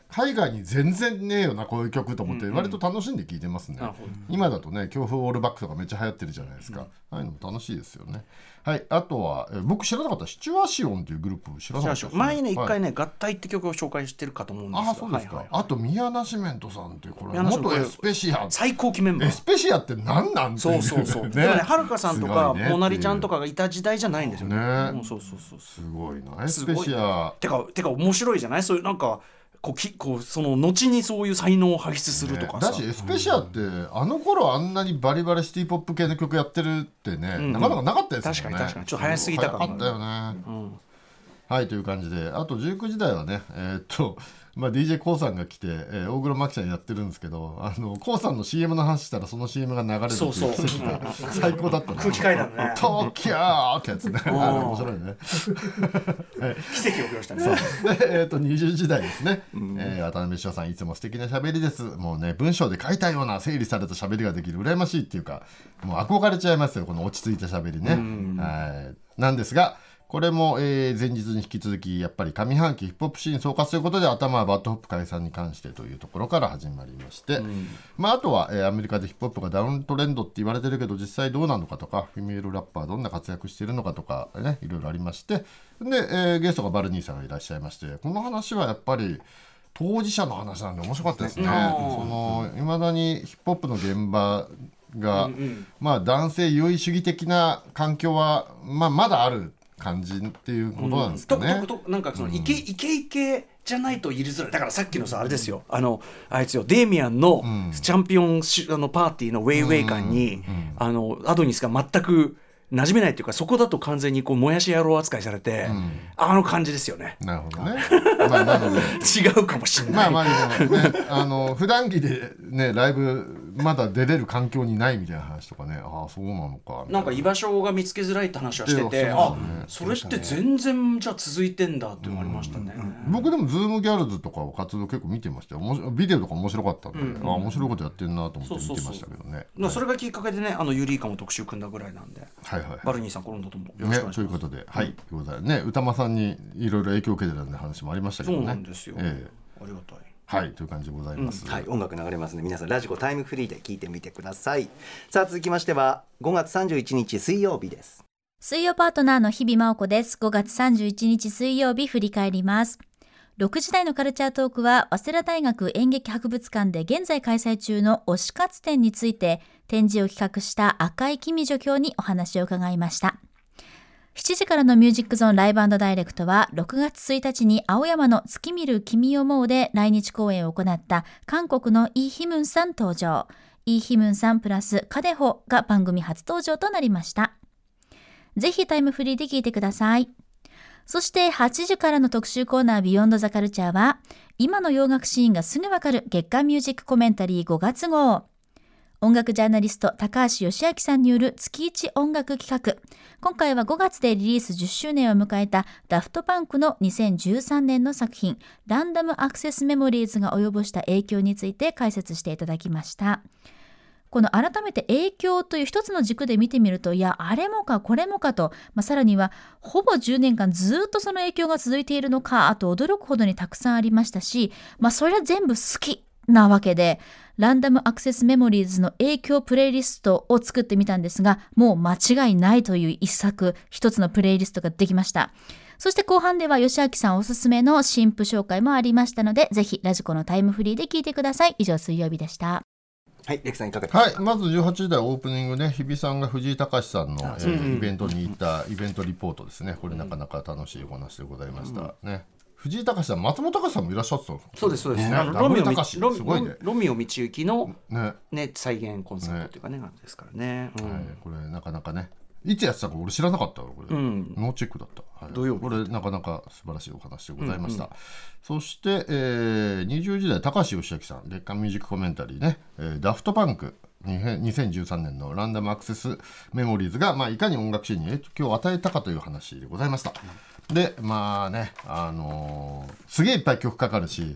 海外に全然ねえよなこういう曲と思って割と楽しんで聴いてますね、うんうん、今だとね強風オールバックとかめっちゃ流行ってるじゃないですか、うん、ああいうのも楽しいですよね。はい、あとは、えー、僕知らなかったシチュアシオンというグループ知らなかったです、ね、 前にね一回ね、 はい、 合体って曲を紹介してるかと思うんですよ。 あそうですか、はいはいはい、あとミヤナシメントさんっていうこれ元エスペシア最高期メンバー。 エスペシアって何なんていう、 そうそうそう、ね、でもねはるかさんとかモナリちゃんとかがいた時代じゃないんですよね。 ね、 そうそうそう、 すごいなエスペシア。 てかてか面白いじゃない、そういうなんかこうきこうその後にそういう才能を輩出するとかさ、 ね、だしエスペシアって、うん、あの頃あんなにバリバリシティポップ系の曲やってるってね、うんうん、なかなかなかったですよね。 確かに確かにちょっと早すぎたかも。 早かったよね、うん、はいという感じで、あとじゅうくじ台はねえー、っとまあ、ディージェー コウさんが来て、えー、大黒摩季ちゃんやってるんですけど、あのコウさんの シーエム の話したらその シーエム が流れるっていう奇跡が最高だったね。 空気階段ね東京ってやつね面白いねはい、奇跡を起こしたね。 そうで、えー、とにじゅうじ台ですね、うんえー、渡辺翔さんいつも素敵な喋りです。もうね文章で書いたような整理された喋りができる羨ましいっていうかもう憧れちゃいますよこの落ち着いた喋りね、うん、はいなんですがこれも、えー、前日に引き続きやっぱり上半期ヒップホップシーン総括ということで頭はバッドホップ解散に関してというところから始まりまして、うんまあ、あとは、えー、アメリカでヒップホップがダウントレンドって言われてるけど実際どうなのかとかフィメールラッパーどんな活躍しているのかとか、ね、いろいろありましてで、えー、ゲストがバルニーさんがいらっしゃいましてこの話はやっぱり当事者の話なんで面白かったですね。その未だにヒップホップの現場が、うんうんまあ、男性優位主義的な環境は、まあ、まだある感じっていうことなんですかね。 うん、ととなんかそのイケイケイケじゃないと入りづらい。だからさっきのさあれですよあのあいつよデイミアンのチャンピオンあのパーティーのウェイウェイ感に、うんうん、あのアドニスが全く馴染めないっていうかそこだと完全にこうもやし野郎扱いされて、うん、あの感じですよね。 なるほどね。まあなので違うかもしれない。 まあまあでもねあの普段着でねライブまだ出れる環境にないみたいな話とかねああそうなのかなんか居場所が見つけづらいって話はしてて、ね、あそれって全然じゃあ続いてんだっていうのがありましたね。 うん、僕でもズームギャルズとか活動結構見てましたよ。ビデオとか面白かったんで、うん、あ面白いことやってるなと思って見てましたけどね。そうそうそう、 はい、それがきっかけでねあのユリイカも特集組んだぐらいなんで、 はいはいはい、 バルニーさんこのだと思うよろしくお願いします、 ね、ということで、はい、うん、ございますね。歌間さんにいろいろ影響を受けてるような話もありましたけどね。 そうなんですよ、えー、ありがたい。 はいという感じでございます、 うん、はい、音楽流れますね。皆さんラジコタイムフリーで聞いてみてください。さあ続きましてはごがつさんじゅういちにち水曜日です。 水曜パートナーの日々真央子です。ごがつさんじゅういちにち水曜日振り返ります。ろくじ台のカルチャートークは早稲田大学演劇博物館で現在開催中の推し活展について展示を企画した赤井公助教にお話を伺いました。しちじからのミュージックゾーンライブ&ダイレクトはろくがつついたちに青山の月見る君をもうで来日公演を行った韓国のイ・ヒムンさん登場。イ・ヒムンさんプラスカデホが番組初登場となりました。ぜひタイムフリーで聞いてください。そしてはちじからの特集コーナービヨンドザカルチャーは今の洋楽シーンがすぐわかる月間ミュージックコメンタリーごがつ号。音楽ジャーナリスト高橋義明さんによる月一音楽企画。今回はごがつでリリースじゅっしゅうねんを迎えたダフトパンクのにせんじゅうさんねんの作品ランダムアクセスメモリーズが及ぼした影響について解説していただきました。この改めて影響という一つの軸で見てみるといやあれもかこれもかと、まあ、さらにはほぼじゅうねんかんずっとその影響が続いているのかと驚くほどにたくさんありましたし、まあ、それは全部好きなわけでランダムアクセスメモリーズの影響プレイリストを作ってみたんですがもう間違いないという一作一つのプレイリストができました。そして後半では吉明さんおすすめの新譜紹介もありましたのでぜひラジコのタイムフリーで聞いてください。以上水曜日でした。 はい、レクさんいかがですか。 はい、まずじゅうはちじ台オープニングね日比さんが藤井隆さんの、えー、イベントに行ったイベントリポートですね。これなかなか楽しいお話でございました、うん、ね。藤井隆さん松本隆さんもいらっしゃってたの。 そうですそうです、ね、あのロミオ道すごいねロミオ道行の、ねね、再現コンサートというかねなんですからね、うん、 はい、これなかなかねいつやってたか俺知らなかったのこれ、うん、ノーチェックだった、はい、 土曜日これなかなか素晴らしいお話でございました、うんうん、そして、えー、にじゅうじ台高橋義明さん月間ミュージックコメンタリーね、えー、ダフトパンクにせんじゅうさんねんのランダムアクセスメモリーズが、まあ、いかに音楽シーンに影響を与えたかという話でございました。でまあねあのー、すげえいっぱい曲かかるし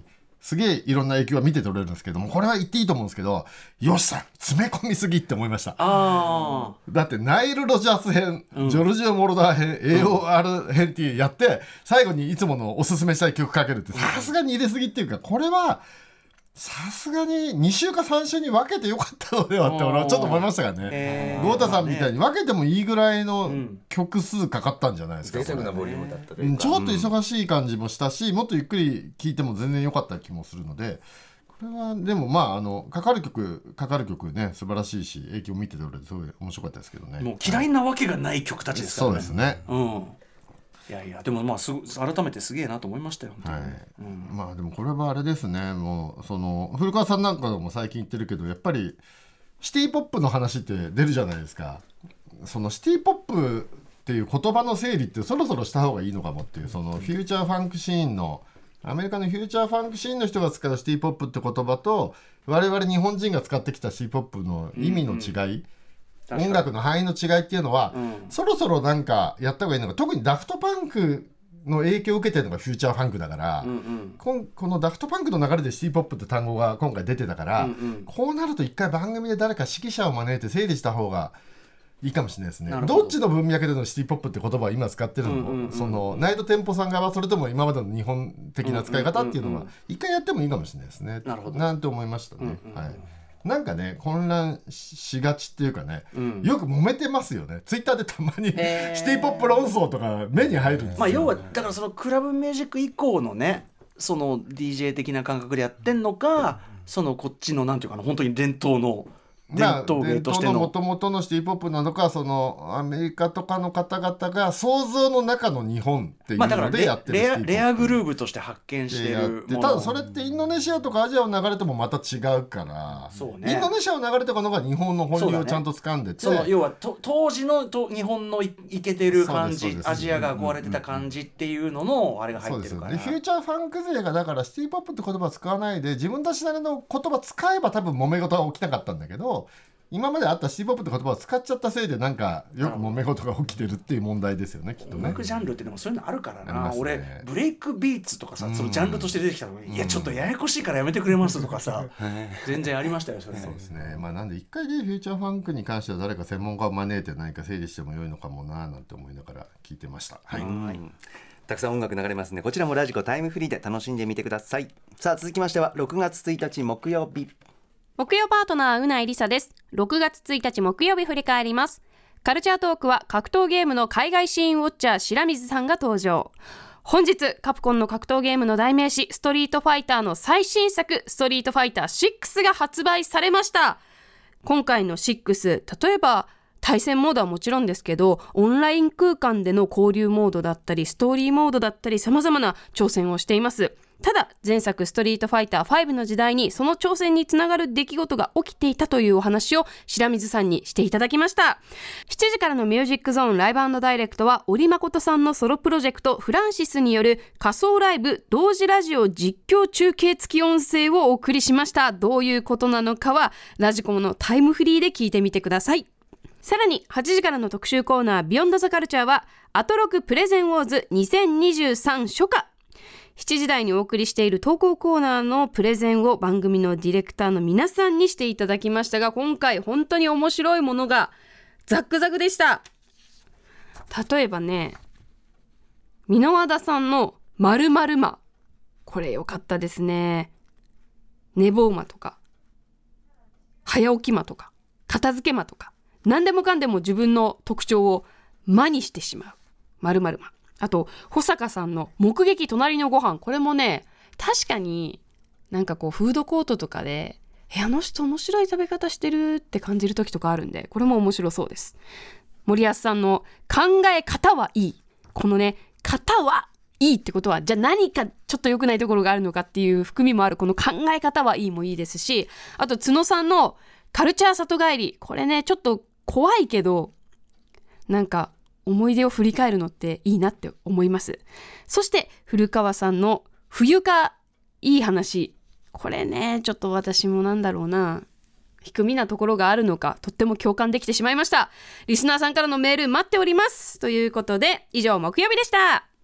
すげえいろんな影響は見て取れるんですけども、これは言っていいと思うんですけど、よしさん詰め込みすぎって思いました。 あだってナイル・ロジャース編、 うん、 ジョルジオ・モロダー編、うん、エーオーアール 編っていうやって最後にいつものおすすめしたい曲かけるってさすがに入れすぎっていうか、これはさすがにに週かさん週に分けてよかったのではって俺はちょっと思いましたからね。豪太さんみたいに分けてもいいぐらいの曲数かかったんじゃないですか。 贅沢なボリュームだったとう、 いうんか、 ちょっと忙しい感じもしたし、もっとゆっくり聴いても全然良かった気もするので、これはでもまああのかかる曲かかる曲ね素晴らしいし、影響見てて俺すごい面白かったですけどね。 もう嫌いなわけがない曲たちですからね。 そうですね、 うん、いやいやでもまあす改めてすげえなと思いましたよ、 はい、 うん、 まあでもこれはあれですね、もうその古川さんなんかも最近言ってるけど、やっぱりシティポップの話って出るじゃないですか。そのシティポップっていう言葉の整理ってそろそろした方がいいのかもっていう、そのフューチャーファンクシーンのアメリカのフューチャーファンクシーンの人が使うシティポップって言葉と我々日本人が使ってきたシティポップの意味の違い、うんうん、音楽の範囲の違いっていうのは、うん、そろそろなんかやった方がいいのが、特にダフトパンクの影響を受けてるのがフューチャーファンクだから、うんうん、こ, このダフトパンクの流れでシティポップって単語が今回出てたから、うんうん、こうなると一回番組で誰か指揮者を招いて整理した方がいいかもしれないですね。ど, どっちの文脈でのシティポップって言葉を今使ってるの、うんうんうん、そのナイトテンポさん側、それとも今までの日本的な使い方っていうのは一回やってもいいかもしれないですね。なるほどなんて思いましたね、うんうんうん、はい。なんかね混乱しがちっていうかね、うん、よく揉めてますよね。ツイッターでたまにシティポップ論争とか目に入るんですよ、ね。 まあ、要はだからそのクラブミュージック以降のね、その ディージェー 的な感覚でやってんのか、そのこっちのなんていうかな、本当に伝統の伝統芸としてのもともとのシティポップなのか、そのアメリカとかの方々が想像の中の日本っていうのでやってるシティポップ、 まあ、だから レ, レ, アレアグルーヴとして発見してるもの。 ただそれってインドネシアとかアジアを流れてもまた違うから、そう、ね、インドネシアを流れてるのが日本の本流をちゃんと掴んでて、 そ、ね、その要はと当時のと日本の い, いけてる感じ、アジアが壊れてた感じっていうののあれが入ってるから、 でフューチャーファンク勢がだからシティポップって言葉を使わないで自分たちなりの言葉使えば多分揉め事は起きなかったんだけど、今まであったシティポップって言葉を使っちゃったせいでなんかよく揉め事が起きてるっていう問題ですよね、きっとね。 音楽ジャンルっていうのもそういうのあるからな、ね、俺ブレイクビーツとかさ、そのジャンルとして出てきたのに、いやちょっとややこしいからやめてくれますとかさ全然ありましたよそれ。 そうですね、まあ、なんで一回でフューチャーファンクに関しては誰か専門家を招いて何か整理しても良いのかもななんて思いながら聞いてました。はい、はい、 たくさん音楽流れますね。こちらもラジコタイムフリーで楽しんでみてください。さあ続きましてはろくがつついたち木曜日、 木曜パートナーうないりさです。ろくがつついたち木曜日振り返ります。カルチャートークは格闘ゲームの海外シーンウォッチャー白水さんが登場。本日カプコンの格闘ゲームの代名詞ストリートファイターの最新作ストリートファイターシックスが発売されました。今回のシックス、例えば対戦モードはもちろんですけど、オンライン空間での交流モードだったりストーリーモードだったり様々な挑戦をしています。ただ前作ストリートファイターファイブの時代にその挑戦につながる出来事が起きていたというお話を白水さんにしていただきました。しちじからのミュージックゾーンライブ&ダイレクトは織誠さんのソロプロジェクトフランシスによる仮想ライブ同時ラジオ実況中継付き音声をお送りしました。どういうことなのかはラジコのタイムフリーで聞いてみてください。さらにはちじからの特集コーナービヨンドザカルチャーはアトロクプレゼンウォーズにせんにじゅうさん初夏、しちじ台にお送りしている投稿コーナーのプレゼンを番組のディレクターの皆さんにしていただきましたが、今回本当に面白いものがザックザクでした。例えばね、箕輪田さんの〇〇馬、これ良かったですね。寝坊馬とか早起き馬とか片付け馬とか何でもかんでも自分の特徴を馬にしてしまう〇〇馬。あと保坂さんの目撃隣のご飯、これもね確かになんかこうフードコートとかでえあの人面白い食べ方してるって感じる時とかあるんで、これも面白そうです。森保さんの考え方はいい、このね型はいいってことはじゃあ何かちょっと良くないところがあるのかっていう含みもあるこの考え方はいいもいいですし、あと角さんのカルチャー里帰り、これねちょっと怖いけどなんか思い出を振り返るのっていいなって思います。そして古川さんの冬かいい話、これねちょっと私もなんだろうな低みなところがあるのかとっても共感できてしまいました。リスナーさんからのメール待っております。ということで以上木曜日でした。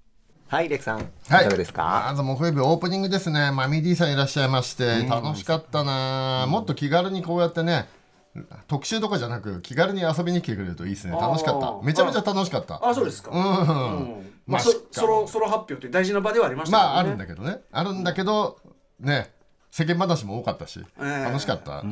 はい、レクさん、いはい、 かがですか。 まず木曜日オープニングですね。マミディさんいらっしゃいまして、楽しかったな、うん、もっと気軽にこうやってね、特集とかじゃなく気軽に遊びに来てくれるといいですね。楽しかった。めちゃめちゃ楽しかった。 ああ、そうですか。うん、うん、まあ、ソロソロ発表って大事な場ではありましたけどね。 まああるんだけどね、あるんだけどね、世間話も多かったし、えー、楽しかった、うん、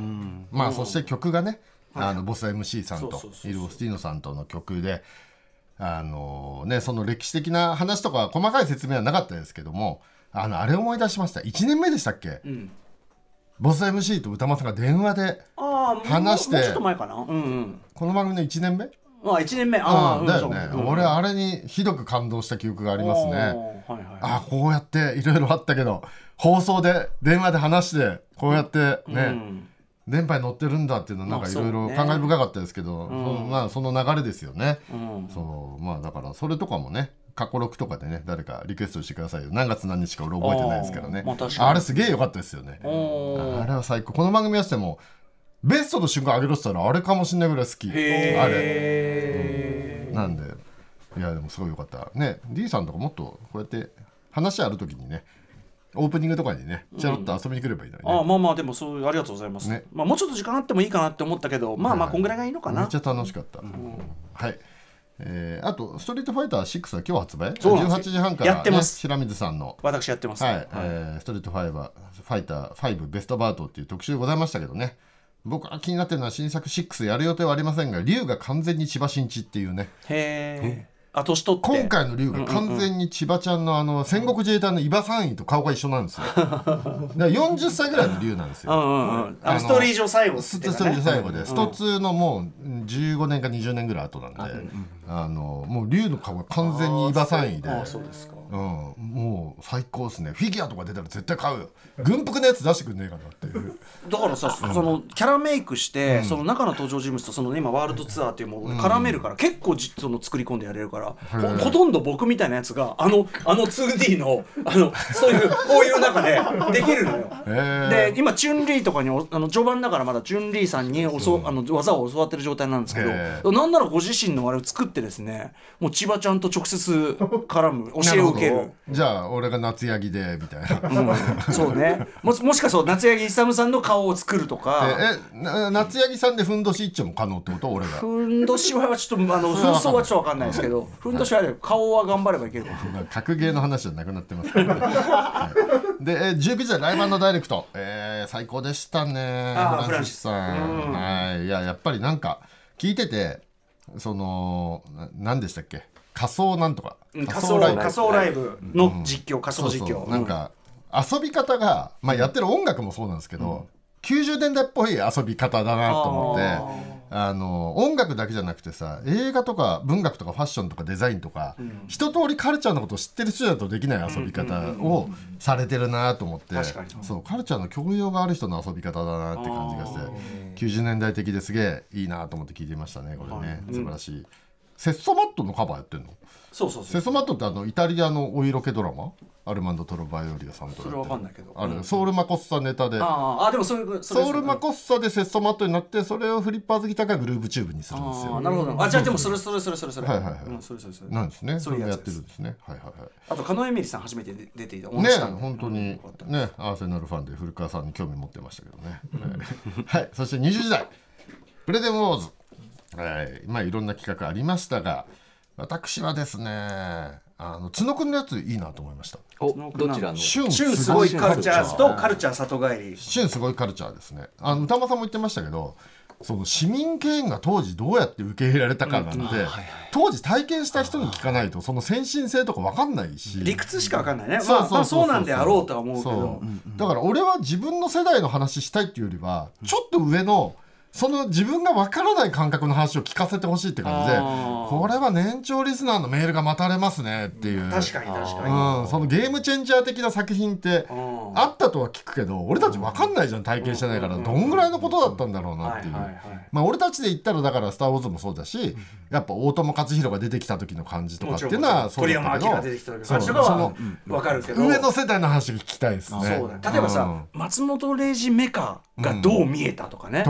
まあ、うん、そして曲がね、あのボス エムシー さんとイル・オスティーノさんとの曲で、あのね、その歴史的な話とか細かい説明はなかったですけども、あのあれ思い出しました。いちねんめでしたっけ、うん、ボス エムシー と歌間さんが電話で話して、 もうちょっと前かな、うんうん、 この番組のいちねんめ、 あいちねんめ、あ、 うん、だよね、うん、俺あれにひどく感動した記憶がありますね、はいはい、あこうやっていろいろあったけど放送で電話で話してこうやってね、うん、電波に乗ってるんだっていうのはなんかいろいろ感慨深かったですけど、まあ そ,、ね、そ, まあ、その流れですよね、うん、そうまあ、だからそれとかもね、過去録とかでね、誰かリクエストしてくださいよ。何月何日か俺覚えてないですからね。 あ, あれすげえ良かったですよね。あれは最高。この番組やってもベストの瞬間上げろって言ったらあれかもしれないぐらい好き。 へあれ、うん、なんでいやでもすごい良かったね。 D さんとかもっとこうやって話ある時にね、オープニングとかにねちゃろっと遊びに来ればいいのにね、 うん、あまあまあでもそうありがとうございます、ね、まあ、もうちょっと時間あってもいいかなって思ったけど、まあまあこんぐらいがいいのかな。 めっちゃ楽しかった、うん、はい、えー、あとストリートファイターシックスは今日発売、じゅうはちじはんから、ね、 やってます。 白水さんの私やってます、 はい、はい、えー、ストリートファイターファイターファイブベストバウトっていう特集でございましたけどね、僕が気になってるのは新作シックスやる予定はありませんが、龍が完全に千葉真一っていうね、 へえ、あ年取って今回の龍が完全に千葉ちゃんのあの戦国自衛隊の伊庭三位と顔が一緒なんですよ。だからよんじゅっさいぐらいの龍なんですよ。 うんうんうん、あのストーリー上最後、ね、 ストーリー最後で、うんうん、ストツーのもうじゅうごねんかにじゅうねんぐらい後なんで、うんうん、あのもう龍の顔が完全に伊庭三位で、 ああそうですか、 うん、もう最高ですね。フィギュアとか出たら絶対買うよ。軍服のやつ出してくんねえかなっていう。 だからさ、うん、そのキャラメイクして、うん、その中の登場人物とその、ね、今ワールドツアーっていうものを絡めるから、うん、結構じその作り込んでやれるから、ほ, ほとんど僕みたいなやつがあのあの ツーディー の, あのそういうこういう中でできるのよ。で今チュンリーとかにあの序盤だからまだチュンリーさんにおそ、うん、あの技を教わってる状態なんですけど、なんならご自身のあれを作ってですね、もう千葉ちゃんと直接絡む教えを受ける。 じゃあ俺が夏ヤギでみたいな、 うん、そうね、 も, もしかそう夏ヤギ勇さんの顔を作るとか、 ええ夏ヤギさんでふんどし一丁も可能ってこと？俺がふんどしはちょっとあの紛争はちょっと分かんないですけどふんどしは顔は頑張ればいける。 格ゲーの話じゃなくなってますから、ねはい、でじゅうくじ台ライブ&ダイレクト、えー、最高でしたね。フランシスさん、うん、はい、いややっぱりなんか聞いてて、その何でしたっけ、仮想なんとか、 仮想ライブ、仮想ライブの実況、うん、仮想実況、 そうそう、なんか遊び方が、まあ、やってる音楽もそうなんですけど、うん、きゅうじゅうねんだいっぽい遊び方だなと思って、あの音楽だけじゃなくてさ、映画とか文学とかファッションとかデザインとか、うん、一通りカルチャーのことを知ってる人だとできない遊び方をされてるなと思って、そうカルチャーの教養がある人の遊び方だなって感じがして、きゅうじゅうねんだい的ですげえいいなと思って聞いてましたね。これね、素晴らしい。セッソマットのカバーやってんの？ そうそうそう、 セッソマットってあのイタリアのお色気ドラマ、アルマンド・トロバイオリがサントラって、それわかんないけど、 あるソウルマコッサネタで、 ああでもそれそれソウルマコッサでセッソマットになって、それをフリッパーズギターがグルーブチューブにするんですよ。 あなるほど。あじゃあでもそれそれそれそれそれ、 はいはいはい、 うん、それそれそれなんですね。 それやってるんですね。はいはいはい。 あと狩野エミリさん初めて出ていたね、本当にね、アーセナルファンで古川さんに興味持ってましたけどね。はい、そしてにじゅうじ台プレデンウォーズ、はい、まあいろんな企画ありましたが、私はですね、あの角くんのやついいなと思いました。 おどちらの？ 旬すごいカルチャーとカルチャー里帰り。 旬すごいカルチャーですね。あの歌間さんも言ってましたけど、その市民権が当時どうやって受け入れられたかなんて、うんはいはい、当時体験した人に聞かないとその先進性とか分かんないし、 理屈しか分かんないね。まあそうなんであろうとは思うけど、 だから俺は自分の世代の話したいっていうよりは、ちょっと上のその自分が分からない感覚の話を聞かせてほしいって感じで、これは年長リスナーのメールが待たれますねっていう。 確かに確かに、 うん、そのゲームチェンジャー的な作品ってあったとは聞くけど、俺たち分かんないじゃん、体験してないから。どんぐらいのことだったんだろうなっていう。まあ俺たちで言ったらだからスターウォーズもそうだし、やっぱ大友克洋が出てきた時の感じとかっていうのはそうだったけど、 鳥山明が出てきた時の感じとかは分かるけど、 上の世代の話が聞きたいですね。 そうだ、例えばさ、うん、松本零士メカがどう見えたとかね、 うん、とかね、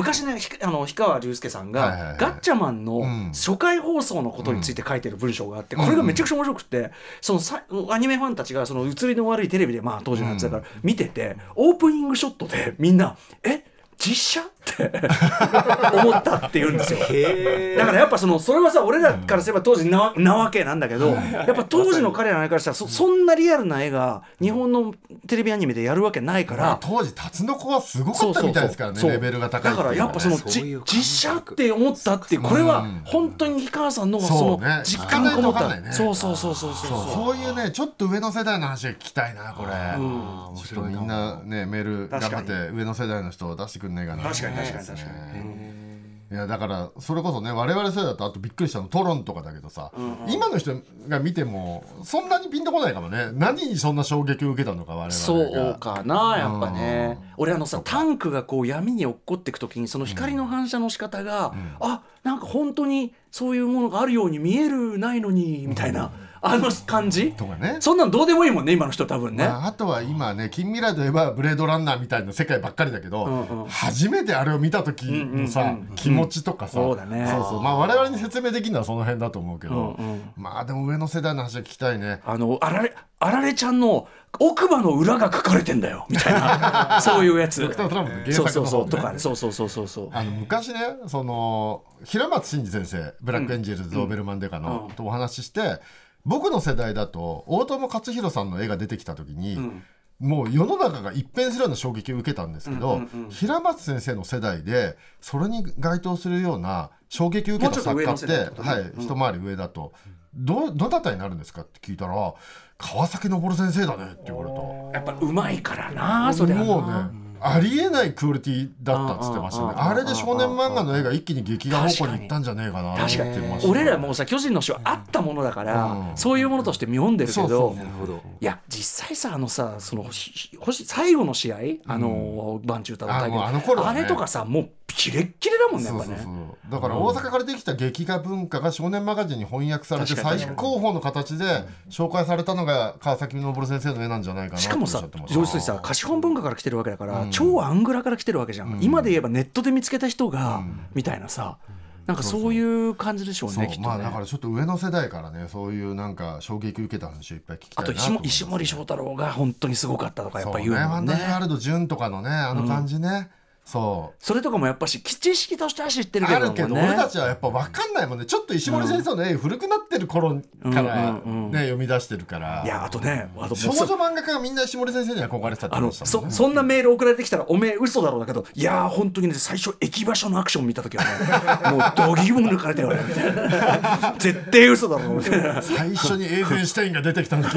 昔ねひあの氷川隆介さんが、 はいはいはい、 ガッチャマンの初回放送のことについて書いてる文章があって、うん、これがめちゃくちゃ面白くて、うん、そのさアニメファンたちがその映りの悪いテレビで、まあ、当時のやつだから見てて、うん、オープニングショットでみんなえ実写って思ったって言うんですよ。だからやっぱそのそれはさ俺らからすれば当時 な, なわけなんだけど、やっぱ当時の彼らの間からしたら そ, そんなリアルな絵が日本のテレビアニメでやるわけないから、まあ、 当時タツノコはすごかったみたいですからね。レベルが高い、 だからやっぱその実写って思ったっていうこれは本当に氷川さんのその実感がこもった、ね、そうそうそうそうそうそうそういうねちょっと上の世代の話が聞きたいなこれ、うん、ちょっとみんなねメール頑張って上の世代の人を出してくんねえかな。 確かに確かに確かに。 いやだからそれこそね我々世代だとあとびっくりしたのトロンとかだけどさ、うんうん、今の人が見てもそんなにピンとこないかもね。何にそんな衝撃を受けたのか我々が。 そうかなやっぱね、うん、俺あのさタンクがこう闇に落っこっていくときにその光の反射の仕方が、うん、あなんか本当にそういうものがあるように見えるないのにみたいな、うんあの感じとかね。そんなのどうでもいいもんね今の人多分ね、 まあ、あとは今ね近未来といえばブレードランナーみたいな世界ばっかりだけど、うんうん、初めてあれを見た時のさ、うんうんうん、気持ちとかさ、 そうだね、 そうそう、まあ、我々に説明できるのはその辺だと思うけど、うんうん、まあでも上の世代の話は聞きたいね。 あのあられあられちゃんの奥歯の裏が書かれてんだよみたいなそういうやつドクタートランプの原作の方、ね、 とかねそうそうそうそうそうあの昔ねその平松真二先生ブラックエンジェルズ、うん、ドーベルマンデカの、うん、とお話しして僕の世代だと大友克洋さんの絵が出てきた時に、うん、もう世の中が一変するような衝撃を受けたんですけど、うんうんうん、平松先生の世代でそれに該当するような衝撃を受けた作家って、はい、一回り上だと ど, どなたになるんですかって聞いたら川崎昇先生だねって言われた。 やっぱうまいからなそれはもうねありえないクオリティだったっつってましたね。 あ, あ, あ, あれで少年漫画の絵が一気に劇画方向に行ったんじゃねえかなって言ってました、ね、 俺らもうさ巨人の詩はあったものだから、うん、そういうものとして読んでるけど、そうそうなるほど。いや実際さあのさその最後の試合あのバンチュータの大会 あ, あ, の頃、ね、あれとかさもうキレッキレだもんねやっぱね。 そうそうそうだから大阪からできた劇画文化が少年マガジンに翻訳されて最高峰の形で紹介されたのが川崎昇先生の絵なんじゃないかな。 しかもさ要するにさ貸本文化から来てるわけだから、うん、超アングラから来てるわけじゃん、うん、今で言えばネットで見つけた人が、うん、みたいなさなんかそういう感じでしょうね。そうそうきっとね、まあ、だからちょっと上の世代からねそういうなんか衝撃受けた話をいっぱい聞きたいなと思います、ね、 あと石森章太郎が本当にすごかったとかやっぱ言うもんね。 ワンダーワールド純とかのねあの感じね、うんそうそれとかもやっぱし知識としては知ってるけども、ね、 あるけど俺たちはやっぱ分かんないもんね。ちょっと石森先生の絵古くなってる頃から、ねうんうんうん、読み出してるから。 いやあとねあと少女漫画家がみんな石森先生に憧れてたって言ってましたもんね。 そ, そんなメール送られてきたらおめえ嘘だろうだけどいや本当にね最初駅場所のアクション見た時はねもう度肝抜かれたよねみたいな絶対嘘だろうみたいな最初にエーゼンシュタインが出てきた時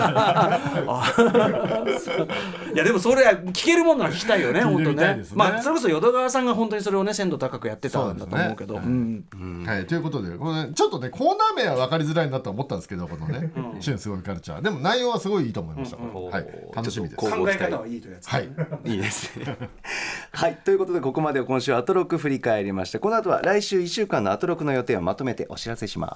はいやでもそれは聞けるもんなら聞きたいよね本当ね。まあそれこそ淀川さんが本当にそれをね鮮度高くやってたんだと思うけど、ねうんうんはい、ということでこの、ね、ちょっとねコーナー名は分かりづらいなと思ったんですけどこのね「旬すごいカルチャー」でも内容はすごいいいと思いました、うんうんはい、楽しみです。 考え方はいいというやつ、 はい、 いいですねはいということでここまで今週アトロック振り返りましてこの後は来週いっしゅうかんのアトロックの予定をまとめてお知らせします。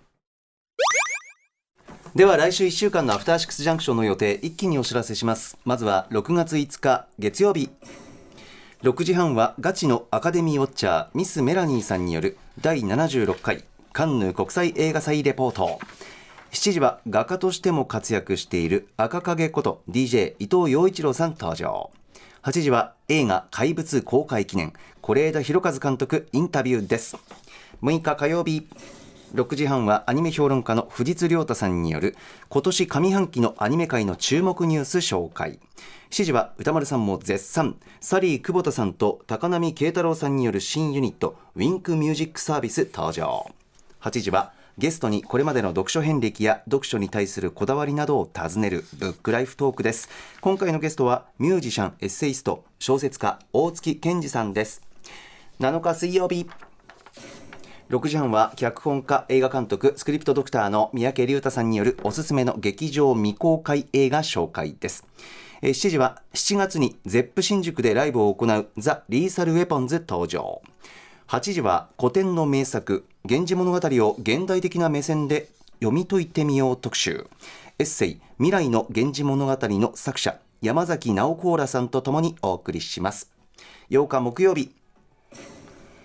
では来週いっしゅうかんのアフターシックスジャンクションの予定一気にお知らせします。まずはろくがついつか月曜日ろくじはんはガチのアカデミーウォッチャーミス・メラニーさんによるだいななじゅうろっかいカンヌ国際映画祭レポート。しちじは画家としても活躍している赤影こと ディージェー 伊藤洋一郎さん登場。はちじは映画怪物公開記念是枝裕和監督インタビューです。むいか火曜日ろくじはんはアニメ評論家の藤津亮太さんによる今年上半期のアニメ界の注目ニュース紹介。しちじは歌丸さんも絶賛サリー久保田さんと高波慶太郎さんによる新ユニットウィンクミュージックサービス登場。はちじはゲストにこれまでの読書遍歴や読書に対するこだわりなどを尋ねるブックライフトークです。今回のゲストはミュージシャン、エッセイスト、小説家大月健二さんです。なのか水曜日ろくじはんは脚本家、映画監督、スクリプトドクターの三宅龍太さんによるおすすめの劇場未公開映画紹介です。しちじはしちがつにゼップ新宿でライブを行うザ・リーサルウェポンズ登場。はちじは古典の名作源氏物語を現代的な目線で読み解いてみよう特集。エッセイ未来の源氏物語の作者山崎直子らさんとともにお送りします。ようか木曜日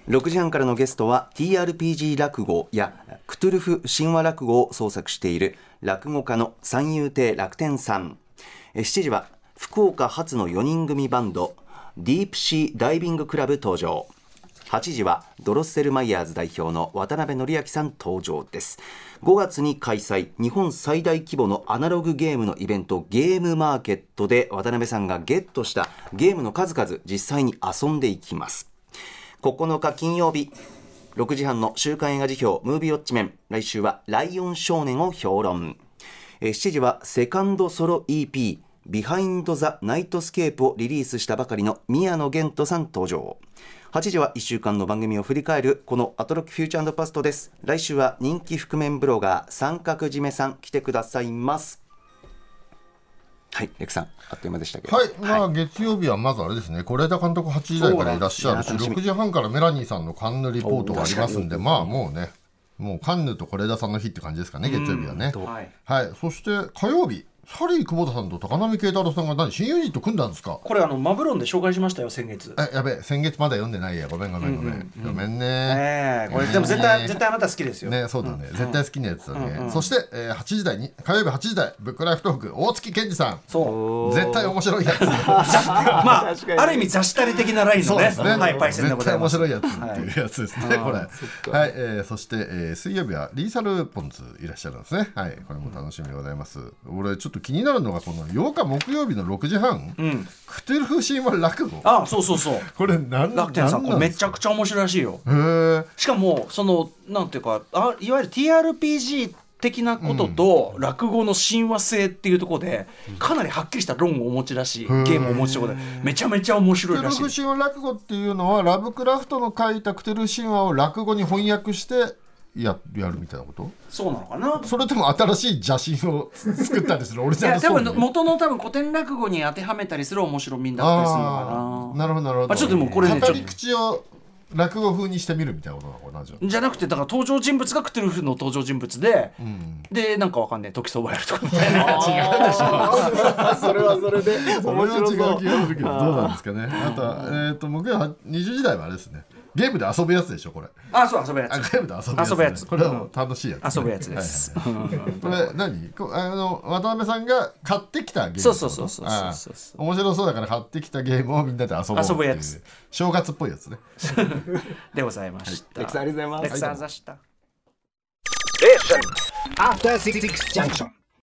ろくじはんからのゲストは ティーアールピージー 落語やクトゥルフ神話落語を創作している落語家の三遊亭楽天さん。しちじは福岡発のよにん組バンドディープシーダイビングクラブ登場。はちじはドロッセルマイヤーズ代表の渡辺則明さん登場です。ごがつに開催、日本最大規模のアナログゲームのイベントゲームマーケットで渡辺さんがゲットしたゲームの数々実際に遊んでいきます。ここのか金曜日ろくじはんの週刊映画辞表ムービーウォッチメン、来週はライオン少年を評論。しちじはセカンドソロ イーピービハインドザナイトスケープをリリースしたばかりの宮野源人さん登場。はちじはいっしゅうかんの番組を振り返るこのアトロックフューチャー&パストです。来週は人気覆面ブロガー三角締めさん来てくださいます。はい、レクさんあっという間でしたけど、 はい、まあ、月曜日はまずあれですね、是枝監督はちじ台からいらっしゃるし、ろくじはんからメラニーさんのカンヌリポートがありますんで、まあもうね、もうカンヌと是枝さんの日って感じですかね、月曜日はね。はい、はい、そして火曜日、サリー久保田さんと高波慶太郎さんが何新ユニット組んだんですか。 これあのマブロンで紹介しましたよ先月。 えやべえ、先月まだ読んでないや、ごめんごめんごめん、うんうんうん、ごめんね。 ねこれでも絶対、ね、絶対あなた好きですよね。そうだね、うん、絶対好きなやつだね、うんうん、そして、えー、はちじ台に火曜日はちじ台ブックライフトーク大月健二さん、そう絶対面白いやつまあある意味雑誌たり的なラインの ね, そうですね、 はい、パイセンでございます。 絶対面白いやつっていうやつですね、はい、これはい、えー、そして、えー、水曜日はリーサルポンズいらっしゃるんですね。はい、これも楽しみでございます、うん、俺ちょっと気になるのがこのようか木曜日のろくじはん、うん、クトゥルフ神話落語。 あ、そうそうそう、 これ何楽天さん、これめちゃくちゃ面白いらしいよ。 へー。 しかもそのなんていうか、あいわゆる ティーアールピージー 的なことと、うん、落語の親和性っていうところでかなりはっきりした論をお持ちだし、ゲームをお持ちところでめちゃめちゃ面白いらしい。 クトゥルフ神話落語っていうのはラブクラフトの書いたクトゥルフ神話を落語に翻訳してや, やるみたいなこと。 そうなのかな。 それとも新しい邪神を作ったりするオリジナルストーリー。いや多分元の多分古典落語に当てはめたりする面白みだったりするのかな。 なるほどなるほど、 まあ、ちょっともうこれね、 語り口を落語風にしてみるみたいなことなのかな。じゃじゃなくて、だから登場人物がクトゥルフの登場人物で、うん、でなんかわかんない時そばやるとかみたいな。違うでしょそれはそれでそれは違う気がするけど、どうなんですかね。あとは、えー、と木曜にじゅうじ台はあれですね、ゲームで遊ぶやつでしょこれ。 あ、そう遊ぶやつ。 あ、ゲームで遊ぶやつ、ね、 遊ぶやつ。 これは楽しいやつ、ね、 遊ぶやつです。はいはいはい、 これ何？こあの渡辺さんが買ってきたゲーム。 そうそうそうそうそうそう。 面白そうだから買ってきたゲームをみんなで遊ぼうっていう。 遊ぶやつ。 正月っぽいやつね。 でございました。 レクさんありがとうございます。 レクさんありがとうございました。 After Six Junction.